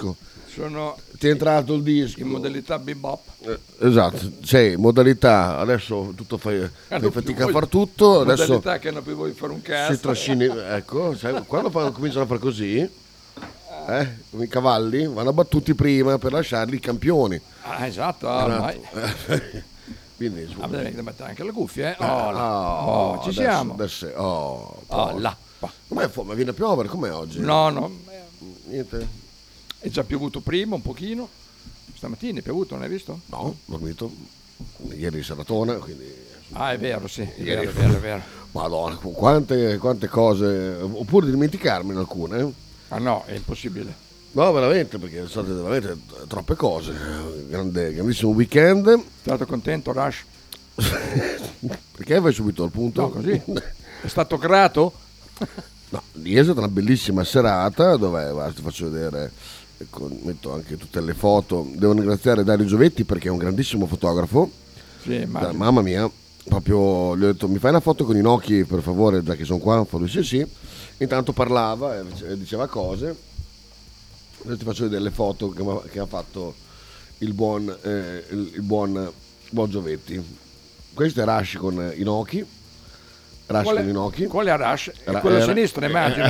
disco. Ti è entrato il disco. In modalità bebop. Esatto, sei in modalità, adesso tutto fai fatica a far tutto. Adesso modalità che non più vuoi fare un cazzo. si trascini, ecco, sai, quando cominciano a fare così, come i cavalli, vanno battuti prima per lasciarli campioni. Esatto, ormai. Quindi Devi mettere anche le cuffie, ci adesso, siamo. Là. Ma viene a piovere, com'è oggi? No. Niente. È già piovuto prima un pochino. Stamattina è piovuto, non hai visto? No, ho dormito. Ieri seratona, quindi... è vero, sì, è vero. Madonna, quante cose. Oppure dimenticarmene alcune. No, è impossibile. No, veramente, perché sono state veramente troppe cose. Grandissimo weekend. Sei stato contento, Rush? Perché vai subito al punto? No, così. È stato grato? No, ieri è stata una bellissima serata dove ti faccio vedere, metto anche tutte le foto. Devo ringraziare Dario Giovetti perché è un grandissimo fotografo. Sì, mamma mia, proprio gli ho detto mi fai una foto con i Noki per favore, già che sono qua. Lui sì. Intanto parlava e diceva cose. Adesso ti faccio vedere le foto che ha fatto il buon Giovetti. Questo è Rush con i Noki. Con i Noki. Quale è Rush? Quello a sinistra, immagino.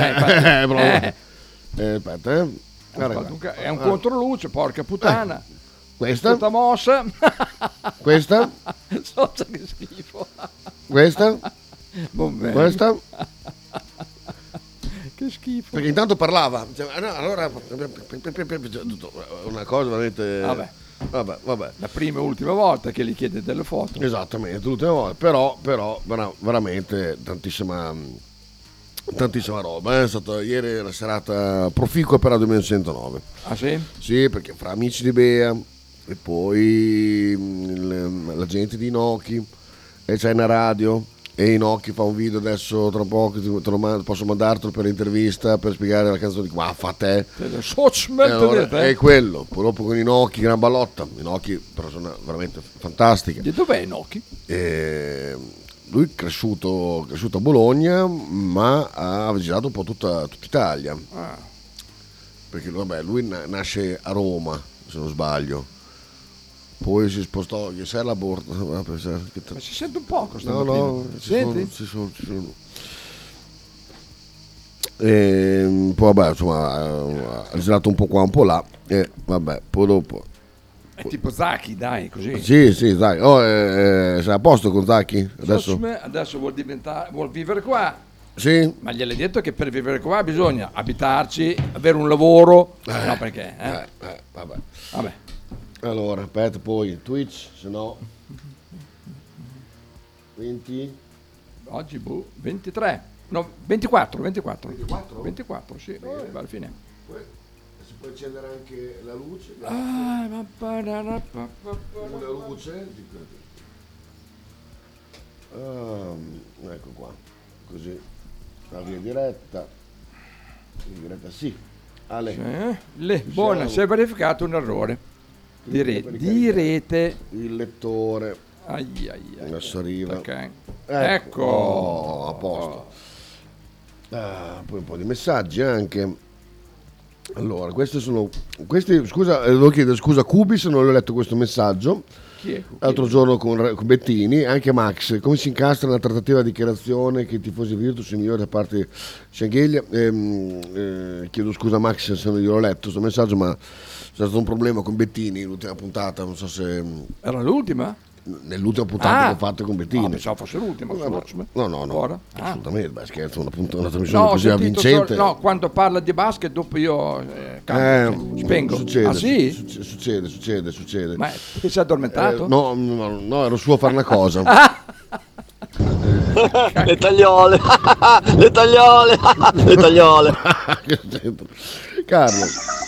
Aspetta, è un controluce, porca puttana. Questa? Tutta mossa. Questa? Socia che schifo. Questa? Questa? Che schifo. Perché intanto parlava. Allora una cosa veramente... Vabbè. La prima e ultima volta che gli chiede delle foto. Esattamente, l'ultima volta. Però veramente tantissima roba. È stata ieri una serata proficua per la 2109. Ah sì? Sì, perché fra amici di Bea e poi la gente di Inoki e c'è una radio e Inoki fa un video adesso tra poco, posso mandartelo per l'intervista per spiegare la canzone di qua, fa te. È quello, poi dopo con Inoki, gran ballotta. Inoki, persona veramente fantastica. E dov'è Inoki? Lui è cresciuto a Bologna, ma ha visitato un po' tutta Italia. Perché lui nasce a Roma, se non sbaglio. Poi si spostò a Jesella Bordo. Ma si sente un poco No, senti? Ci sono. E poi ha girato un po' qua, un po' là. E vabbè, poi dopo. È tipo Zacchi, dai, così. Sì, dai. Sei a posto con Zacchi? Adesso vuol vivere qua. Sì. Ma gliel'hai detto che per vivere qua bisogna abitarci, avere un lavoro. No, perché? Vabbè. Allora, aspetta, poi Twitch, se no 20 oggi 23. No, 24, sì, alla fine. Poi si può accendere anche la luce. Una luce. Ecco qua. Così. La via diretta. Sì. Buona, si è verificato un errore. Direte il lettore. Adesso arriva. Okay. Ecco. A posto. Poi un po' di messaggi anche. Allora, questi scusa, devo chiedere scusa a Cubi se non ho letto questo messaggio. Chi è? L'altro giorno con Bettini, anche Max, come si incastra nella trattativa di dichiarazione che i tifosi Virtus migliori da parte di Sciangheglia? Chiedo scusa a Max se non gliel'ho letto questo messaggio, ma c'è stato un problema con Bettini l'ultima puntata, non so se... Era l'ultima? Nell'ultima puntata che ho fatto con Bettini. Pensavo fosse l'ultima. No. Assolutamente, scherzo, una trasmissione così avvincente. Quando parla di basket dopo io spengo. Succede, sì? Succede. Ma ti sei addormentato? No, ero su a fare una cosa. Le tagliole. Carlo.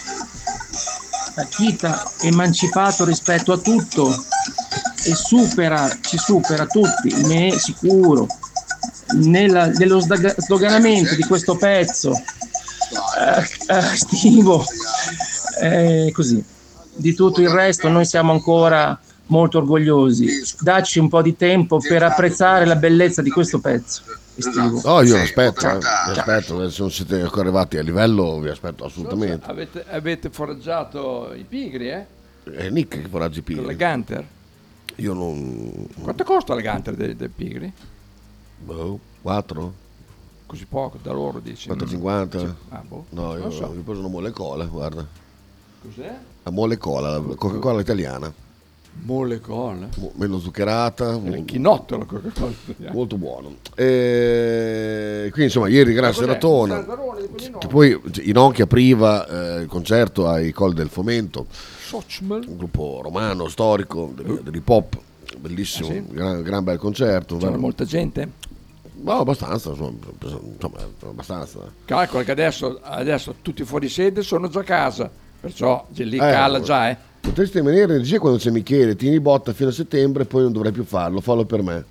Akita emancipato rispetto a tutto e ci supera tutti, ne è sicuro. Nello sdoganamento di questo pezzo estivo, così. Di tutto il resto noi siamo ancora molto orgogliosi. Dacci un po' di tempo per apprezzare la bellezza di questo pezzo. estivo. No, io Sì, vi aspetto, potrà vi andare. aspetto, se non siete ancora arrivati a livello vi aspetto assolutamente. Avete foraggiato i pigri, Nick che foraggi con la pigri. Gunter? Io non... Quanto costa la Gunter dei pigri? 4? Così poco, da loro dici? 4,50? Ah, boh. No, io non so. ho preso una mole cola, guarda. Cos'è? La mole cola, la Coca-Cola italiana. Mole cola. Meno zuccherata, Il chinotto la Coca-Cola. molto buono. Quindi insomma, ieri gran Cos'è? seratona. Saldarone di quelli Che poi Inoki apriva il concerto ai Col del Fomento, Sochmel. un gruppo romano, storico, dell'hip hop, bellissimo, Ah, sì? gran bel concerto. C'era molta gente. No, abbastanza, insomma, abbastanza. Calcola che adesso tutti fuori sede sono già a casa, perciò lì cala già, Potresti rimanere energia quando c'è Michele, tieni botta fino a settembre, poi non dovrai più farlo, fallo per me.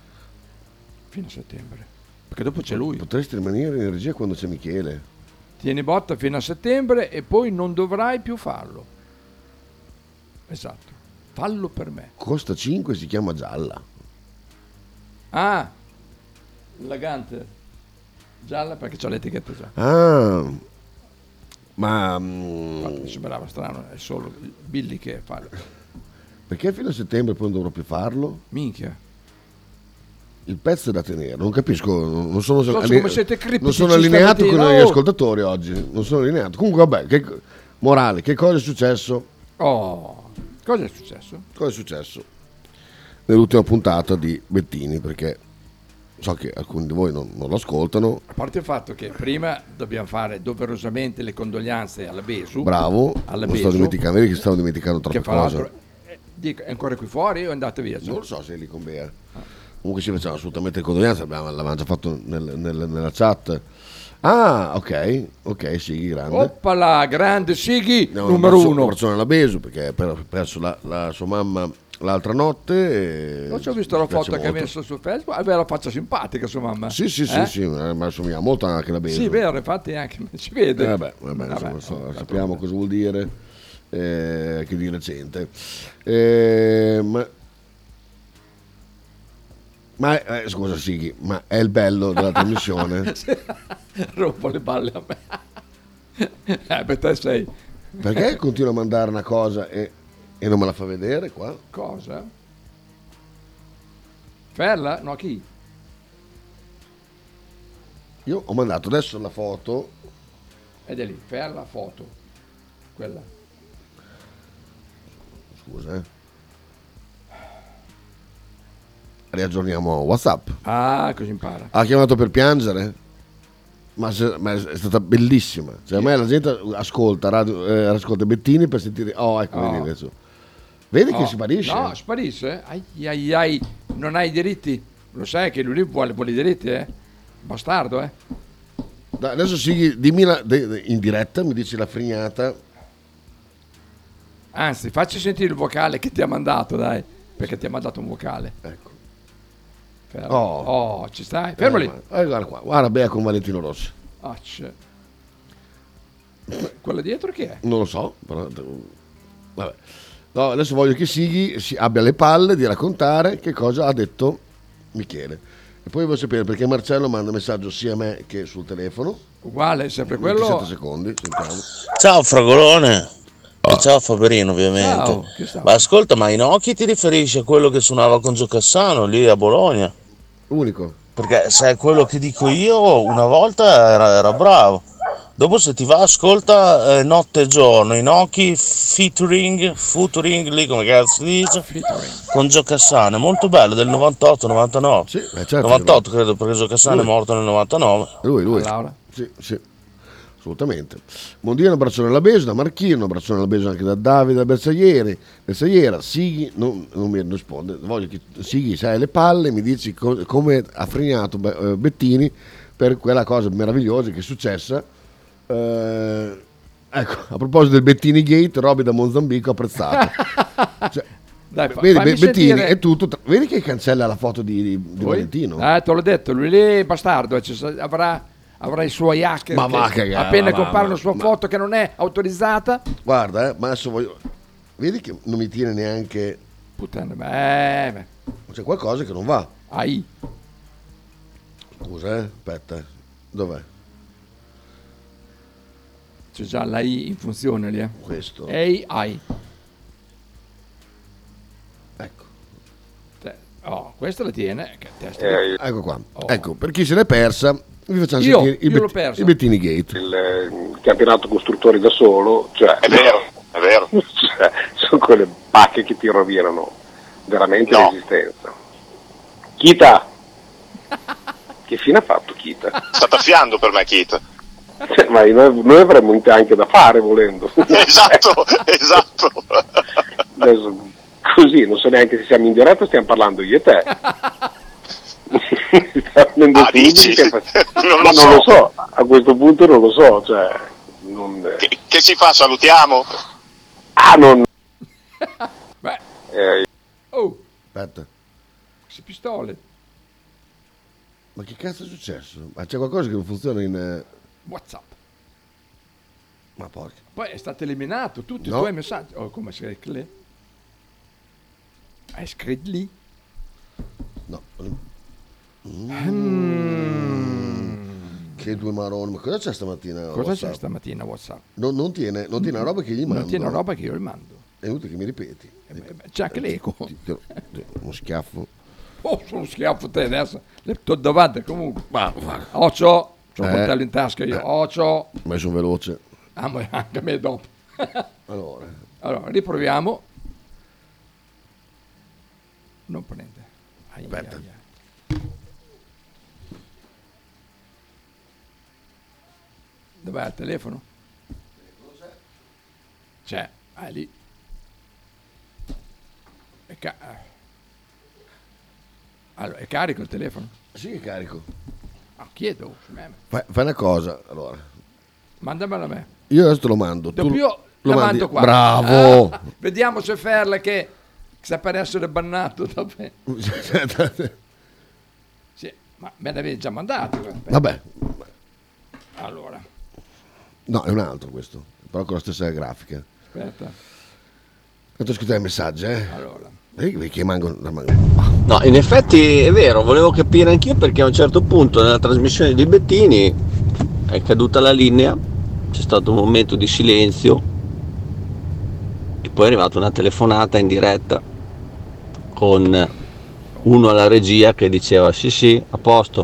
fino a settembre. Perché dopo c'è lui. Potresti rimanere in energia quando c'è Michele. Tieni botta fino a settembre e poi non dovrai più farlo. Esatto. Fallo per me. Costa 5, si chiama gialla. Ah, la Gunter. Gialla perché c'ha l'etichetta già. Ah, ma Mi sembrava strano, è solo Billy che fa. perché fino a settembre poi non dovrò più farlo? Minchia. Il pezzo è da tenere, non capisco, non sono, come siete criptici non sono allineato con stamattina, gli oh! ascoltatori oggi, non sono allineato. Comunque vabbè, morale, che cosa è successo? Oh, cosa è successo? Cosa è successo nell'ultima puntata di Bettini? Perché so che alcuni di voi non lo ascoltano. A parte il fatto che prima dobbiamo fare doverosamente le condoglianze alla Besu. Bravo, alla non sto Besu, dimenticando, vedi che stavo dimenticando che troppe fra cose. l'altro dico, è ancora qui fuori o è andata via? Non lo so se è lì con Bea. Comunque ci facciamo assolutamente le condoglianze, l'avevamo già fatto nella chat. Ah, ok, sì, grande. Oppala, grande Sighi, No, numero uno. Una persona alla Besu perché ha perso la sua mamma l'altra notte. Non ci ho visto la foto che ha messo su Facebook, aveva la faccia simpatica sua mamma. Sì, ma assomiglia molto anche la Besu. Sì, vero, infatti anche si vede. Vabbè, insomma, sappiamo cosa vuol dire, che di recente. Scusa Sighi, ma è il bello della trasmissione? Rompo le balle a me. Per te sei. Perché continua a mandare una cosa e non me la fa vedere qua? Cosa? Ferla? No, chi? Io ho mandato adesso la foto. Ed è lì, Ferla, foto. Quella. Scusa, riaggiorniamo WhatsApp. Ah, così impara. Ha chiamato per piangere? Ma è stata bellissima. Cioè, a me la gente ascolta ascolta Bettini per sentire. Oh, ecco, vedi adesso. Vedi che sparisce? No, sparisce? Ai. Non hai i diritti. Lo sai che lui vuole i diritti, Bastardo, Dai, adesso dimmi in diretta, mi dici la frignata. Anzi, facci sentire il vocale che ti ha mandato, dai. Perché ti ha mandato un vocale. Ecco. Fermo. Oh, ci stai? Fermo lì. Guarda qua, guarda Bea con Valentino Rossi. Ah, c'è. Quella dietro chi è? Non lo so, però, vabbè. No, adesso voglio che Sighi abbia le palle di raccontare che cosa ha detto Michele. E poi voglio sapere perché Marcello manda messaggio sia a me che sul telefono. Uguale, sempre 27 quello. secondi, sentiamo. Ciao Fragolone. E ciao Faberino ovviamente. Ciao, che stavo? Ma ascolta, ma Inoki ti riferisci a quello che suonava con Gio Cassano lì a Bologna? Unico. Perché se è quello che dico io, una volta era bravo. Dopo se ti va ascolta Notte e Giorno, Inoki featuring, lì come cazzo si dice, con Gio Cassano, è molto bello, del 98-99. Sì, certo. 98 credo, perché Gio Cassano è morto nel 99. Lui. Laura. Sì, assolutamente. Mondino, un abbraccione alla Besu, da Marchino, un abbraccione alla Besu anche da Davide, da Bersagliera. Sighi non mi risponde, voglio che Sighi, se hai le palle, mi dici come ha frenato Bettini per quella cosa meravigliosa che è successa. Ecco, a proposito del Bettini Gate, Roby da Mozambico apprezzato. Cioè, Dai, vedi, fammi Bettini sentire. è tutto. Vedi che cancella la foto di Valentino? Te l'ho detto, lui lì è bastardo, avrà i suoi hacker Ma che va a cagare, appena ma- compare ma- una sua ma- foto che non è autorizzata. Guarda, ma adesso voglio. Vedi che non mi tiene neanche. Puttana, C'è qualcosa che non va. ai. Scusa, aspetta, dov'è? C'è già la I in funzione lì, Questo. AI. Ecco. Questa la tiene. Che testa. Ecco qua. Ecco, per chi se l'è persa, vi facciamo Io sentire l'ho persa. i Bettini Gate. Il campionato costruttori da solo, cioè, È vero. cioè, sono quelle pacche che ti rovinano veramente l'esistenza. Kita, che fine ha fatto Kita? Sta taffiando per me, Kit. Cioè, ma noi avremmo anche da fare volendo. Esatto. Adesso, così, non so neanche se siamo in diretta o stiamo parlando io e te. Dici? Non lo Non lo so, a questo punto non lo so, cioè, Che si fa? Salutiamo? non... Beh. Aspetta. Queste pistole. Ma che cazzo è successo? Ma c'è qualcosa che non funziona in... WhatsApp. Ma porca. Poi è stato eliminato tutti No. i tuoi messaggi. Come si scrive? Hai scritto lì? No. Che due maroni. Ma cosa c'è stamattina? Cosa WhatsApp? c'è stamattina WhatsApp? Non tiene la roba che gli mando. Non tiene roba che io gli mando. È inutile che mi ripeti. C'è anche l'eco. Uno schiaffo. Sono schiaffo te adesso. Le to davanti comunque. Ma C'ho un coltello in tasca io. ma sono veloce. Ma anche a me dopo. Allora, riproviamo. Non prende. Aspetta. Dov'è il telefono? C'è. È lì. Allora, è carico il telefono? Sì, che carico. Chiedo. Fai una cosa, allora. Mandamelo a me. Io adesso te lo mando. Dopo io lo la mandi. mando qua. Bravo. Vediamo se Ferla che sta per essere bannato. Sì, ma me l'avevi già mandato. Vabbè. Allora. No, è un altro questo. Però con la stessa grafica. Aspetta. Ho scritto i messaggi, Allora. Che mango. No, in effetti è vero, volevo capire anch'io perché a un certo punto nella trasmissione di Bettini è caduta la linea, c'è stato un momento di silenzio e poi è arrivata una telefonata in diretta con uno alla regia che diceva sì, a posto.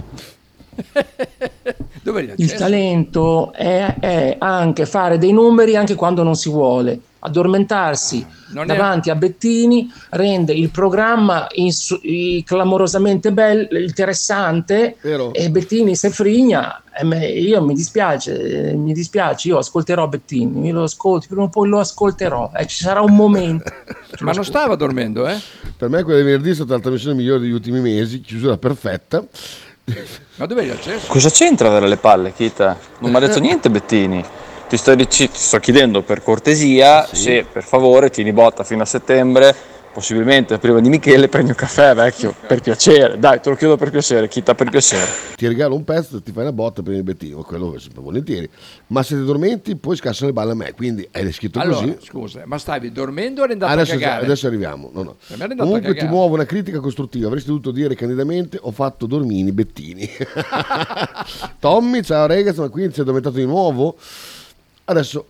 Il talento è anche fare dei numeri anche quando non si vuole. Addormentarsi davanti a Bettini rende il programma clamorosamente bello, interessante. Vero. E Bettini se frigna. Io mi dispiace, io ascolterò Bettini, io lo ascolto, prima o poi lo ascolterò, ci sarà un momento. Ma non stava dormendo, Per me quella di venerdì è stata la trasmissione migliore degli ultimi mesi, chiusura perfetta. Ma dove hai acceso? Cosa c'entra avere le palle, Kita? Non mi ha detto niente Bettini. Ti sto chiedendo per cortesia se per favore tieni botta fino a settembre, possibilmente prima di Michele prendi un caffè, vecchio, per piacere. Dai, te lo chiedo per piacere, Kita, per piacere. Ti regalo un pezzo, ti fai una botta per il Bettino, quello sempre volentieri. Ma se ti dormenti poi scassano le balle a me, quindi hai scritto Allora, così. scusa, ma stavi dormendo o eri andato a cagare? Adesso arriviamo. No. Per me eri andato Comunque a ti cagare. muovo una critica costruttiva. Avresti dovuto dire candidamente: ho fatto dormini Bettini. Tommy, ciao ragazzi, ma qui si è addormentato di nuovo. Adesso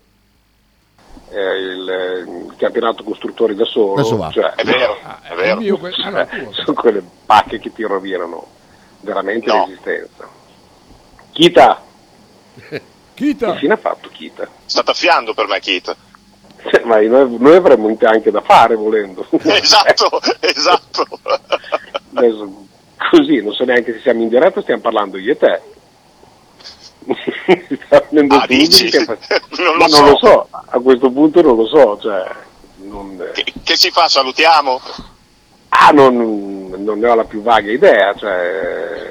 il campionato costruttori da solo, Adesso va. cioè, È vero. sono quelle pacche che ti rovinano veramente l'esistenza. Kita, che fine ha fatto Kita? Sta taffiando per me, Kit. Cioè, ma noi avremmo anche da fare volendo. Esatto. Adesso, così, non so neanche se siamo in diretta o stiamo parlando io e te. Dici? Non lo so, a questo punto non lo so, cioè, Che si fa? Salutiamo? non ne ho la più vaga idea, cioè,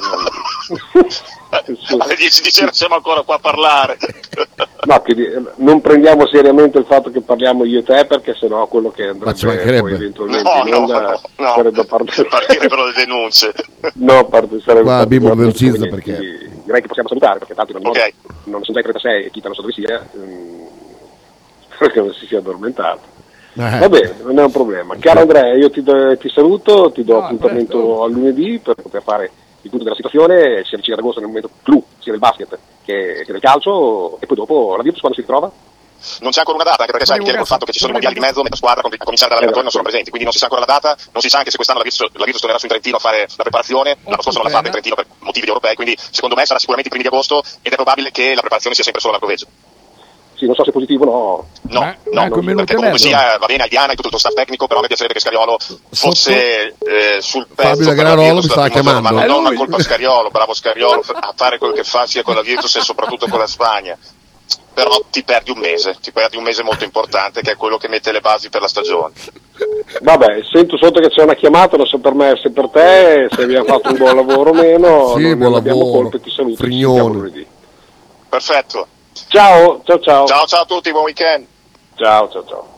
Alle 10 di sera siamo ancora qua a parlare. no, non prendiamo seriamente il fatto che parliamo io e te, perché sennò quello che andrebbe poi eventualmente in onda sarebbe partirebbero le denunce. sarebbe qua Bimbo velocizza perché direi che possiamo salutare, perché tanto non sono già i 36 e Kita non so dove sia, spero che non si sia addormentato. Va bene, non è un problema. Caro Andrea, io ti saluto, ti do appuntamento a lunedì per poter fare il punto della situazione, si avvicina ad agosto nel momento clou, sia del basket che del calcio, e poi dopo la Virtus quando si ritrova? Non c'è ancora una data, anche perché sai Michele col fatto che ci sono i mondiali di mezzo, metà squadra, a cominciare dall'allenatore non sono presenti, quindi non si sa ancora la data, non si sa anche se quest'anno la Virtus tornerà su in Trentino a fare la preparazione, l'anno scorso non l'ha fatta in Trentino per motivi europei, quindi secondo me sarà sicuramente i primi di agosto ed è probabile che la preparazione sia sempre solo a Marcoveggio. Sì, non so se è positivo o no. No, perché comunque sia, va bene Aldiana e tutto il tuo staff tecnico, però a me piacerebbe che Scariolo fosse sul pezzo. Fabio Granarolo mi stava chiamando. Ma non a colpa Scariolo, bravo Scariolo, a fare quello che fa sia con la Virtus e soprattutto con la Spagna. Però ti perdi un mese molto importante, che è quello che mette le basi per la stagione. Vabbè, sento sotto che c'è una chiamata, non so per me se per te, se abbiamo fatto un buon lavoro o meno. Sì, buon abbiamo lavoro. colpe, ti saluto. Frignone. Perfetto. Ciao Ciao a tutti, buon weekend. Ciao.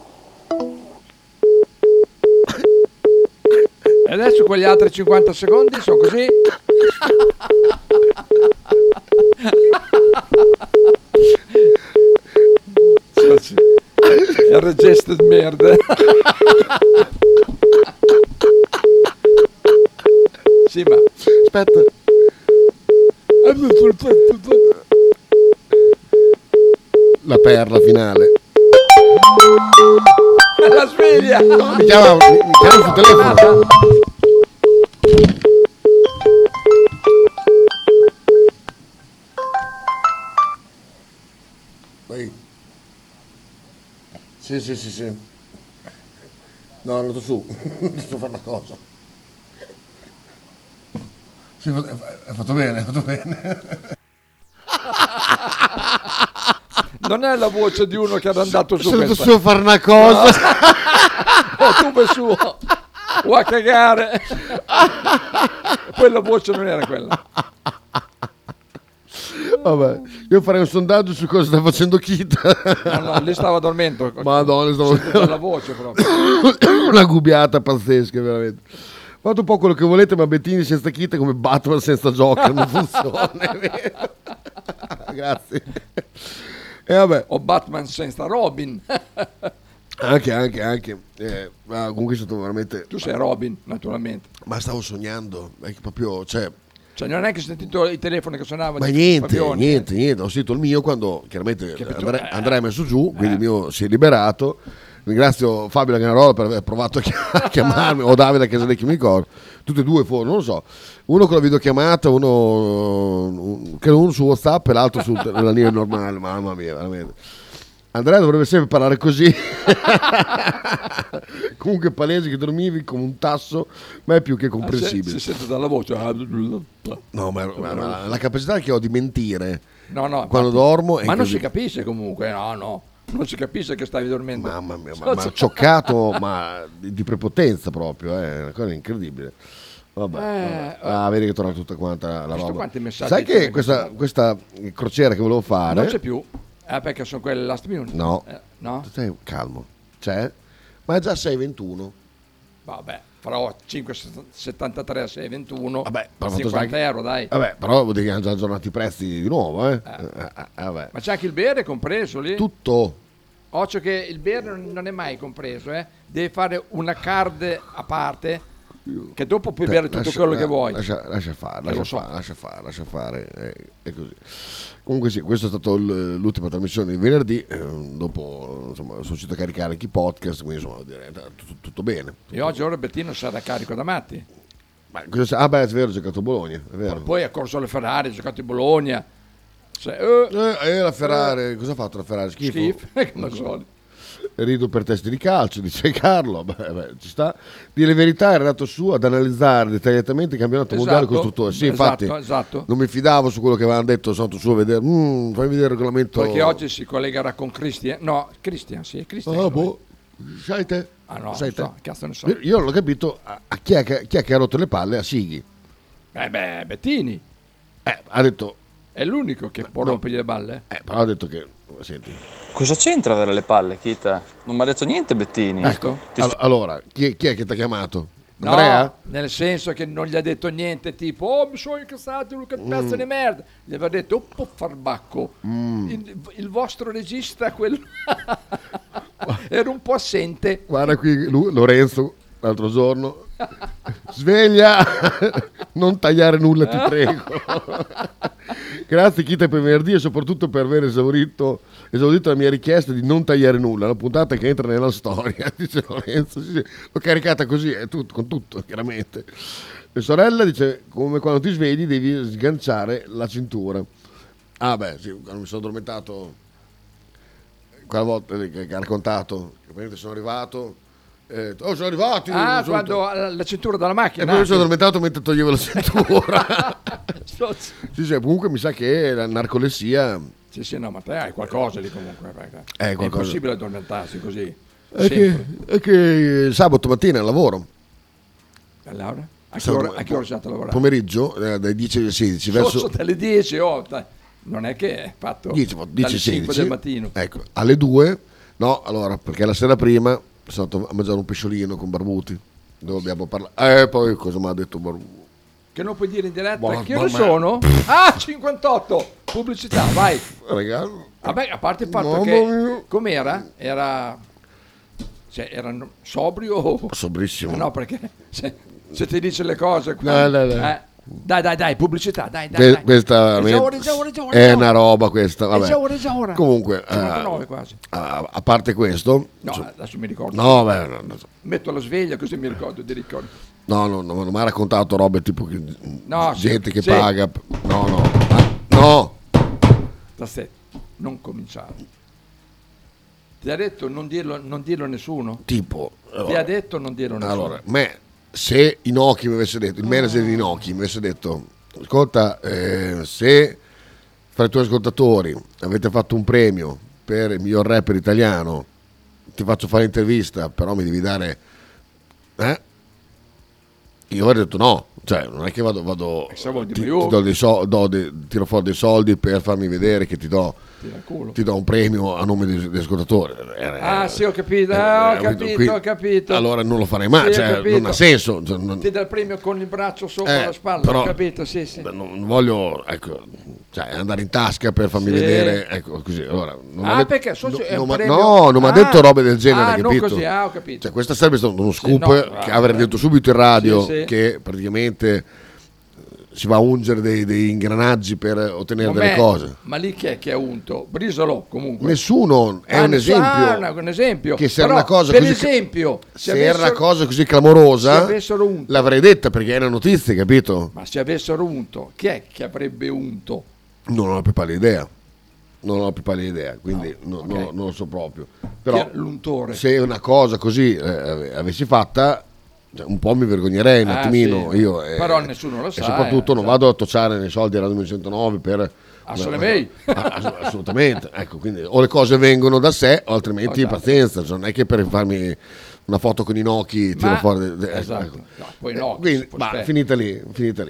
E adesso quegli altri 50 secondi sono così. È regesto di merda. Sì, ma aspetta. La perla finale. La sveglia. Mi chiama sul telefono. Vai. Sì. No, è andato su. Sto fare una cosa. Sì, è fatto bene. Non è la voce di uno che era andato su. Sono andato su a fare una cosa. No. Tu vai su. O a cagare. Poi la voce non era quella. Vabbè, io farei un sondaggio su cosa sta facendo Kita. No, lì stava dormendo. Madonna, Sentite la voce proprio. Una gubbiata pazzesca, veramente. Fate un po' quello che volete, ma Bettini senza Kita è come Batman senza Joker, non funziona. È vero. Grazie. E vabbè. O Batman senza Robin. Anche. Ma comunque è stato veramente. Tu sei Robin, naturalmente. Ma stavo sognando, è che proprio, cioè non è che ho sentito i telefoni che suonavano. Ma niente, ho sentito il mio quando chiaramente Andrea ha messo giù, quindi il mio si è liberato. Ringrazio Fabio Laganarola per aver provato a chiamarmi, o Davide Casalecchi, mi ricordo. Tutti e due fuori, non lo so. Uno con la videochiamata, uno su WhatsApp e l'altro sulla linea normale. Mamma mia, veramente. Andrea dovrebbe sempre parlare così. Comunque palese che dormivi come un tasso, ma è più che comprensibile. Si sente dalla voce. No, ma la capacità che ho di mentire quando dormo. Ma non si capisce comunque, no. Non si capisce che stavi dormendo. Mamma mia, ma cioccato, ma di prepotenza proprio, è una cosa incredibile. Vabbè, vedi che torna tutta quanta la roba. Sai che questa crociera che volevo fare non c'è più. Perché sono quelle last minute? No. No? Stai calmo. C'è? Ma è già 6,21. Vabbè, farò 5,73 a 6,21. Vabbè, 50 euro, dai. Vabbè, però vuol dire che hanno già aggiornato i prezzi di nuovo, vabbè. Ma c'è anche il bere compreso lì? Tutto. Occhio che il bere non è mai compreso, Devi fare una card a parte, che dopo puoi bere tutto quello che vuoi. Lascia fare, è così. Comunque sì, questa è stata l'ultima trasmissione di venerdì, dopo insomma sono riuscito a caricare anche i podcast, quindi insomma direi tutto bene. E oggi ora Bettino sarà carico da matti. È vero, ho giocato a Bologna, è vero. Poi ha corso alle Ferrari, ha giocato in Bologna. La Ferrari, cosa ha fatto la Ferrari? Schifo. Come solito. Rido per testi di calcio, dice Carlo. Ci sta. Dire la verità, era andato su ad analizzare dettagliatamente il campionato mondiale costruttore. Sì, infatti, non mi fidavo su quello che avevano detto. Sono andato su a vedere. Fammi vedere il regolamento. Perché oggi si collegherà con Christian. No, Christian, sì, Christian. Sai te? No, sai te? Cazzo ne so. Io non ho capito a chi è che ha rotto le palle a Sighi. Bettini. Ha detto. È l'unico che può rompergli le balle. Però ha detto che. Senti. Cosa c'entra avere le palle, Kita? Non mi ha detto niente Bettini. Ecco. Allora, chi è che ti ha chiamato? Andrea? No, nel senso che non gli ha detto niente tipo mi sono incazzato, che pezzo di merda. Gli aveva detto farbacco. Il vostro regista quello era un po' assente. Guarda qui Lorenzo l'altro giorno. Sveglia. Non tagliare nulla, ti prego. Grazie Kita per venerdì e soprattutto per aver esaudito la mia richiesta di non tagliare nulla. La puntata che entra nella storia, dice Lorenzo. Sì. L'ho caricata così, è tutto, con tutto, chiaramente. Mia sorella dice, come quando ti svegli devi sganciare la cintura. Ah beh, sì, quando mi sono addormentato, quella volta che ha raccontato, che praticamente sono arrivato, sono arrivati. Quando la cintura dalla macchina. E poi mi sono addormentato mentre toglievo la cintura. Sì, comunque mi sa che la narcolessia... Sì, no, ma te hai qualcosa lì comunque. È impossibile addormentarsi così. È che sabato mattina lavoro. A Laura? A che ora sei andato a lavorare? Pomeriggio, dai 10 alle 16. Verso dalle 10, dai. Non è che è fatto 10 dalle 5 del mattino. Ecco, alle 2, no, allora, perché la sera prima sono andato a mangiare un pesciolino con Barbuti, dove abbiamo parlato. Poi cosa mi ha detto Barbuti? Che non puoi dire in diretta che ore sono? 58! Pubblicità, vai! Regalo. Vabbè, a parte il fatto che com'era? Era sobrio? Sobrissimo. No, perché se ti dice le cose dai, pubblicità, dai. Questa è una roba questa, vabbè. È già ora. Comunque, 59 quasi. A parte questo, no, adesso mi ricordo. No. Metto la sveglia così mi ricordo, ti ricordo. No, non mi ha raccontato robe tipo che gente che sì. paga. No. Aspetta, non cominciare. Ti ha detto non dirlo a nessuno? Tipo. Ti ha detto non dirlo a nessuno? Allora, se Inoki mi avesse detto, il manager di Inoki mi avesse detto, ascolta, se fra i tuoi ascoltatori avete fatto un premio per il miglior rapper italiano, ti faccio fare l'intervista, però mi devi dare... Io avrei detto no, cioè non è che vado tiro fuori dei soldi per farmi vedere che ti do un premio a nome degli ascoltatori. Sì, ho capito, ho capito. Allora non lo farei mai, sì, non ha senso. Ti dà il premio con il braccio sopra la spalla, però, ho capito, sì. Non voglio, andare in tasca per farmi vedere, ecco, così. Allora, perché non mi ha detto robe del genere, capito? Non così, ho capito. Cioè, questo sarebbe stato uno scoop che avrei detto subito in radio, che praticamente si va a ungere dei ingranaggi per ottenere delle cose. Ma lì chi è che ha unto? Brisolò comunque. Nessuno, è un esempio. Che se era una cosa per così, esempio, se era una cosa così clamorosa, l'avrei detta perché era notizia, capito? Ma se avessero unto, chi è che avrebbe unto? Non ho la più pallida idea. Quindi non lo so proprio. Però l'untore. Se una cosa così avessi fatta, un po' mi vergognerei un attimino, sì. io, però nessuno lo sa, e soprattutto non vado a tocciare nei soldi a Radio 1909 per assolutamente, ecco, quindi o le cose vengono da sé o altrimenti pazienza, non è che per farmi una foto con Inoki tiro fuori ecco. No, poi quindi, finita lì.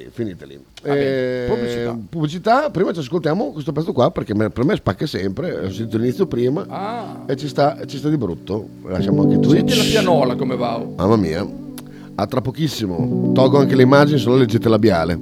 Pubblicità, prima ci ascoltiamo questo pezzo qua perché per me spacca sempre, ho sentito l'inizio prima e ci sta di brutto. Lasciamo anche Twitch. Senti la pianola come va. Mamma mia. A tra pochissimo, tolgo anche le immagini, solo leggete labiale.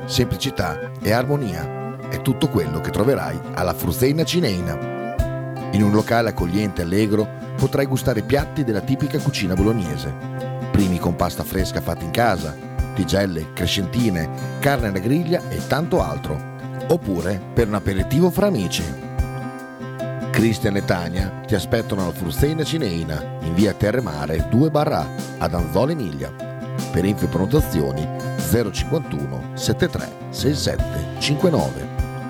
semplicità e armonia. È tutto quello che troverai alla Fruzeina Cineina. In un locale accogliente e allegro potrai gustare piatti della tipica cucina bolognese. Primi con pasta fresca fatta in casa, tigelle, crescentine, carne alla griglia e tanto altro. Oppure per un aperitivo fra amici. Cristian e Tania ti aspettano alla Fruzeina Cineina in via Terremare 2/A ad Anzola Emilia. Per info e prenotazioni 051 73 67 59.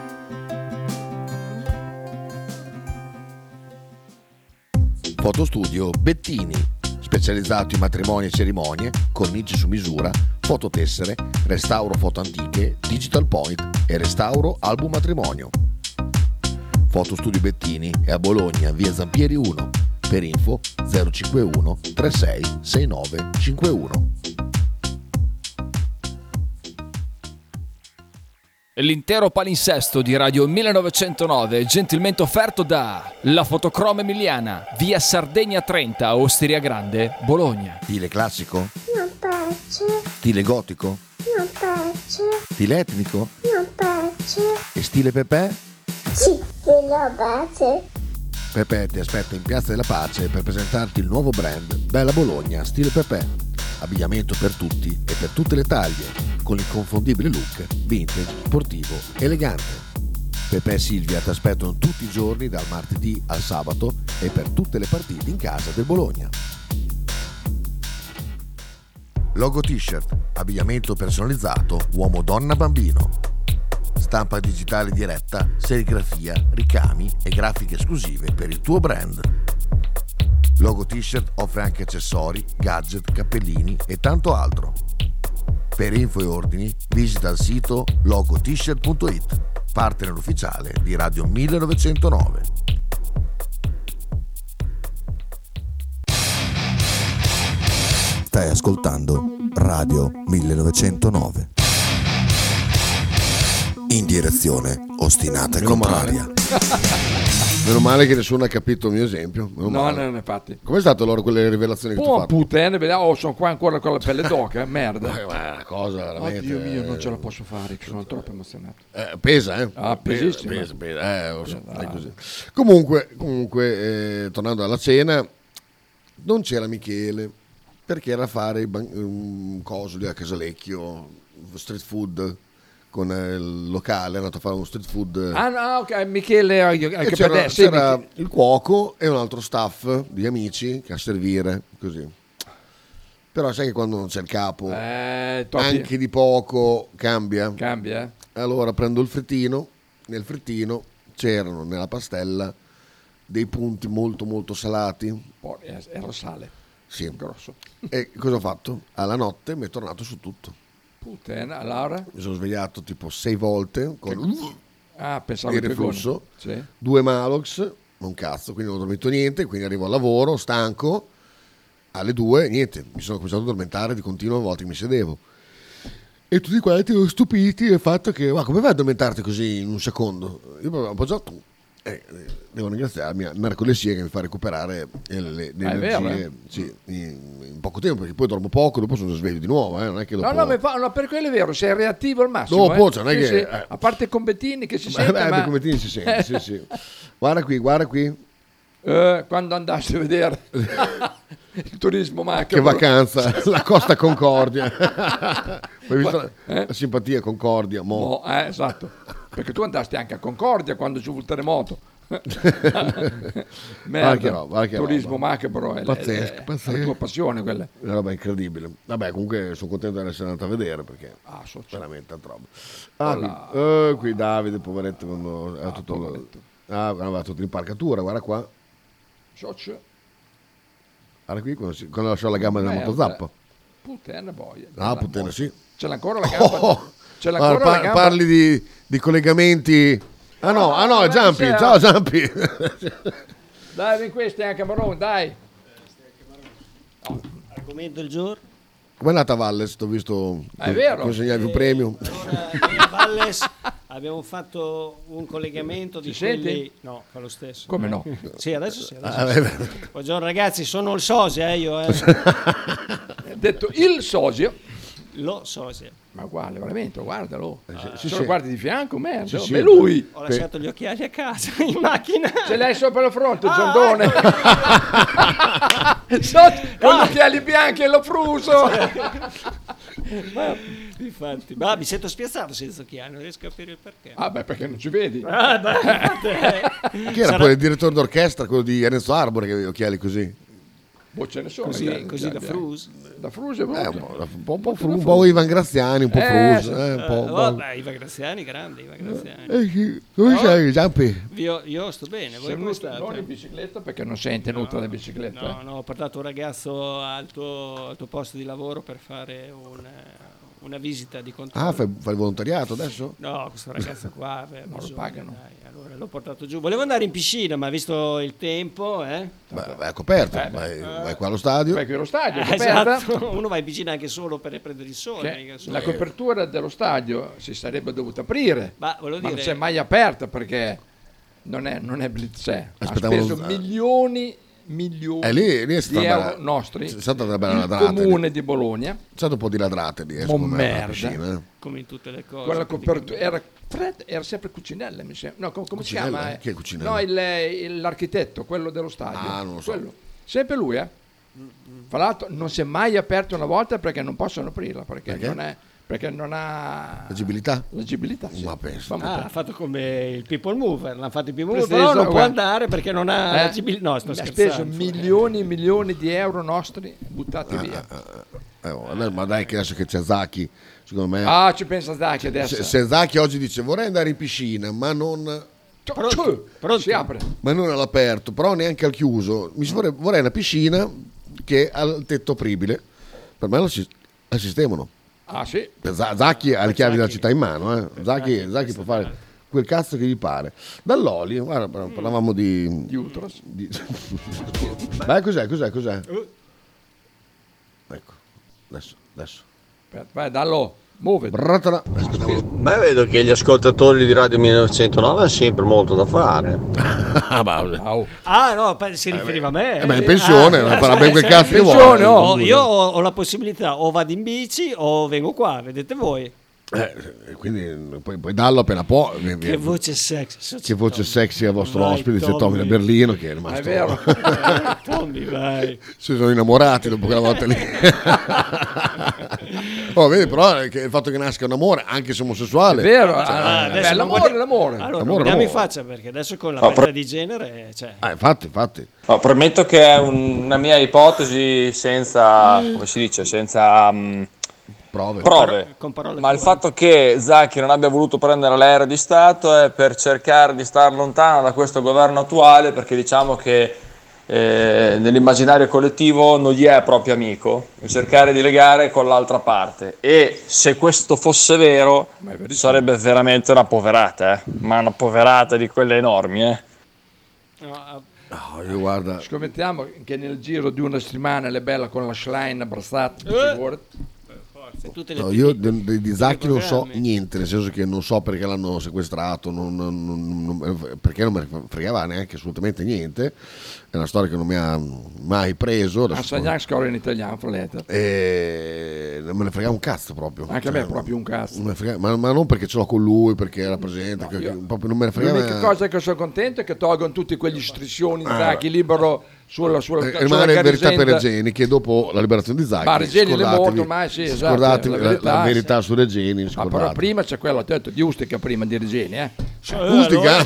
Fotostudio Bettini, specializzato in matrimoni e cerimonie, cornici su misura, fototessere, restauro foto antiche, digital point e restauro album matrimonio. Fotostudio Bettini è a Bologna, via Zampieri 1. Per info 051 36 69 51. L'intero palinsesto di Radio 1909 gentilmente offerto da La Fotocroma Emiliana, via Sardegna 30, Osteria Grande, Bologna. Stile classico? Non piace. Stile gotico? Non piace. Stile etnico? Non piace. E stile Pepe? Sì, lo piace. Pepe ti aspetta in Piazza della Pace per presentarti il nuovo brand Bella Bologna Stile Pepe. Abbigliamento per tutti e per tutte le taglie, con l'inconfondibile look vintage, sportivo, elegante. Pepe e Silvia ti aspettano tutti i giorni dal martedì al sabato e per tutte le partite in casa del Bologna. Logo t-shirt, abbigliamento personalizzato uomo, donna, bambino. Stampa digitale diretta, serigrafia, ricami e grafiche esclusive per il tuo brand. Logo t-shirt offre anche accessori, gadget, cappellini e tanto altro. Per info e ordini visita il sito logotshirt.it, partner ufficiale di Radio 1909. Stai ascoltando Radio 1909. In direzione ostinata e contraria. Meno male che nessuno ha capito il mio esempio. No, infatti. Com'è stato allora quelle rivelazioni che tu hai fatto? Puttane, sono qua ancora con la pelle d'oca, merda. Ma una cosa veramente. Oddio mio, non ce la posso fare, che sono troppo emozionato. Pesa, eh? Ah, pesissimo. Pesa. Lo so, è così. Comunque, tornando alla cena, non c'era Michele, perché era a fare un coso lì a Casalecchio, street food. Con il locale, è andato a fare uno street food. Ok, Michele. C'era il cuoco e un altro staff di amici che a servire, così. Però sai che quando non c'è il capo, anche di poco cambia. Cambia? Allora prendo il frittino, nel frittino c'erano nella pastella dei punti molto molto salati. Era sale. Sì. Grosso. E cosa ho fatto? Alla notte mi è tornato su tutto. Puttana, Laura? Mi sono svegliato tipo 6 volte con pensavo il reflusso, sì. 2 Malox, un cazzo, quindi non ho dormito niente, quindi arrivo al lavoro stanco, alle 2 niente, mi sono cominciato a addormentare di continuo a volte che mi sedevo. E tutti quanti erano stupiti del fatto che, ma come vai ad addormentarti così in un secondo? Io ho appoggiato, devo ringraziarmi a Narcolesia che mi fa recuperare le energie in poco tempo, perché poi dormo poco, dopo sono sveglio di nuovo, non è che dopo... No, per quello è vero, sei reattivo al massimo. Dopo, cioè, non è che... Sì. A parte con Bettini che si sente, ma... con Bettini si sente, sì. Guarda qui. Quando andassi a vedere il turismo macabro. Che vacanza, la Costa Concordia. Hai visto la simpatia Concordia? Esatto, perché tu andasti anche a Concordia quando ci fu il terremoto. Merda, turismo macabro è pazzesco. La tua passione quella. Una roba incredibile. Vabbè, comunque sono contento di essere andato a vedere perché veramente tanta roba. Qui Davide, poveretto, quando aveva tutto l'impalcatura, guarda qua. Guarda qui quando lasciò la gamba della motozappa. Puttana boia. Puttana sì. Ce l'ha ancora la gamba? Ce l'ha ancora la gamba? Parli di collegamenti. È Giampi. Ciao Giampi. Dai, vieni qui, stai anche Marone, dai. Argomento del giorno. Com'è andata a Valles? Ti ho visto consegnarvi un premio. Allora, a Valles abbiamo fatto un collegamento di quelli... Senti? No, fa lo stesso. Come no? Sì, adesso sì. Buongiorno ragazzi, sono il sosia, io. Detto il sosia. Lo so, sì. Ma uguale, veramente, guardalo. sì, Se sì. lo guardi di fianco, merda. Sì, È lui. Ho lasciato gli occhiali a casa, in macchina. Ce l'hai sopra la fronte, Giondone. Con gli occhiali bianchi e l'ho fruso. Infatti, ma mi sento spiazzato senza occhiali, non riesco a capire il perché. Ah beh, perché non ci vedi? Chi era poi il direttore d'orchestra, quello di Enzo Arbore, che aveva gli occhiali così? Boh, ce ne sono. Così bianchi. da frus. Da fruso e Un po' Ivan Graziani, un po' Fruso. Un po'. Vabbè, Ivan Graziani, grande Ivan Graziani. Come sei, Giampi? Io sto bene, voi come state? Non in bicicletta perché non sei tenuto alla bicicletta. No, ho portato un ragazzo al tuo posto di lavoro per fare una visita di controllo. Ah, fai il volontariato adesso? No, questo ragazzo qua Non lo pagano. dai, allora l'ho portato giù. Volevo andare in piscina, ma visto il tempo, Beh, è coperto, vai qua allo stadio. Vai qui allo stadio, è coperta. esatto. Uno va in piscina anche solo per prendere il sole. Che mica solo- la copertura dello stadio si sarebbe dovuta aprire, Ma volevo ma non dire, si è mai aperta perché non è blitz. Ha Aspettavo- speso milioni Lì è stata di bella- euro nostri. C'è stata una bella Il ladrata. comune di Bologna. C'è stato un po' di ladrate lì, Mo' secondo me, alla merda. piscina. come in tutte le cose. Quella che copertura era sempre Cucinella, mi sembra. No, come si Cucinella? chiama? Chi è Cucinella? No, l'architetto, quello dello stadio. Ah, non lo so. Quello. Sempre lui, Fra l'altro non si è mai aperto una volta perché non possono aprirla, perché non ha L'agibilità? l'agibilità. Sì. Ma penso. ha fatto come il People Mover, l'hanno fatto il People Mover, Preciso, però non può guarda. andare perché non ha l'agibilità. No, sto ha scherzando. speso milioni e milioni di euro nostri buttati via. Ma dai, che adesso che c'è Zacchi, secondo me. Ah, ci pensa Zacchi adesso. Se Zacchi oggi dice vorrei andare in piscina, ma non Pronto? Si apre. all'aperto, però neanche al chiuso. Vorrei una piscina che ha il tetto apribile. Per me la sistemano. Ah, sì. Zacchi ha le chiavi della città in mano. Zacchi può fare quel cazzo che gli pare. Dall'Oli, guarda, parlavamo di Utros. Beh, cos'è? Ecco, adesso. Aspetta, vai, dallo. Muoviti. Bratala. Beh, vedo che gli ascoltatori di Radio 1909 hanno sempre molto da fare. Ah, no, si riferiva a me. in pensione, farà ben quel cazzo che pensione, vuole. Io ho la possibilità, o vado in bici o vengo qua, vedete voi. Quindi poi dallo appena può. Che voce sexy. Che voce sexy al vostro Vai, ospite, c'è Tommy Tommy da Berlino che è È rimasto. vero. Tommy, vai. Si sono innamorati dopo quella volta lì. Vedi però che il fatto che nasca un amore, anche se omosessuale. È vero. adesso non l'amore. Allora, L'amore, guardiamo in l'amore. faccia perché adesso con la parità di genere, cioè, Infatti. No, premetto che è una mia ipotesi senza, come si dice, senza prove. con parole Ma il fatto che Zacchi non abbia voluto prendere l'aereo di Stato è per cercare di star lontano da questo governo attuale, perché diciamo che nell'immaginario collettivo non gli è proprio amico, e cercare di legare con l'altra parte. E se questo fosse vero sarebbe veramente una poverata, ma una poverata di quelle enormi. Io guarda. Scommettiamo che nel giro di una settimana le bella con la Schlein abbracciata. tutte le Io di Zacchi non so niente, nel senso che non so perché l'hanno sequestrato, perché non me ne fregava neanche assolutamente niente. È una storia che non mi ha mai preso. Assagnac scorre in italiano, fra l'altro. E non me ne fregava un cazzo proprio. Anche a me proprio un cazzo. Ma non perché ce l'ho con lui, perché era presente, proprio non me ne fregava. L'unica cosa che sono contento è che tolgono tutti quegli striscioni Zacchi libero sulla rimane in verità per Regeni, che dopo la liberazione di Zacchi, ma Regeni è morto ormai, sì, esatto, scordatevi la verità su Regeni. Ma però prima c'è quello, ho detto, di Ustica prima di Regeni, Ustica?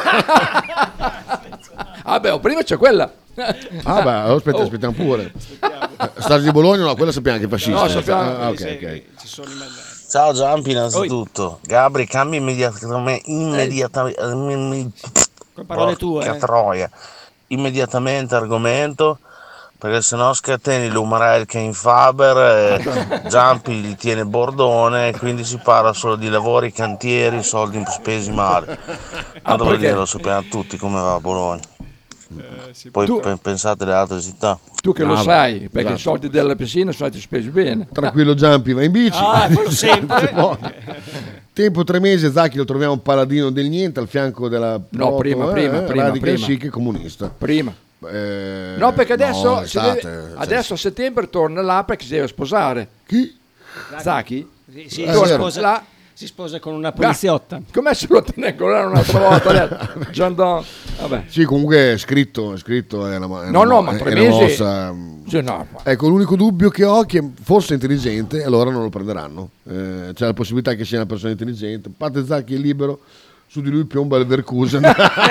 Prima c'è quella. Aspettiamo pure. Stasi di Bologna, no, quella sappiamo che è fascista. No, sappiamo. Ok. Ciao Giampi, innanzitutto. Gabri, cambi immediatamente. Con parole tue. Che troia. Immediatamente argomento, perché sennò scateni l'Umarell che è in Faber, Giampi gli tiene bordone, quindi si parla solo di lavori, cantieri, soldi spesi male. Andrò a dire, lo sappiamo tutti come va a Bologna. Poi pensate alle altre città. Tu che lo sai, perché i soldi della piscina sono stati spesi bene. Tranquillo Giampi, va in bici. Sempre. Tempo 3 mesi, Zacchi lo troviamo un paladino del niente al fianco della prima, radical chic comunista. Prima. No, perché adesso a settembre torna là perché si deve sposare. Chi? Sacchi? Sì, si Torna sposa, là. si sposa con una poliziotta. Com'è se lo tengo un'altra volta? Giandon. Vabbè. Sì, comunque è scritto è una, ma 3 mesi. mossa. Cioè, no. Ecco, l'unico dubbio che ho è che forse è intelligente, allora non lo prenderanno. C'è la possibilità che sia una persona intelligente. A parte Zacchi è libero, su di lui piomba il Leverkusen.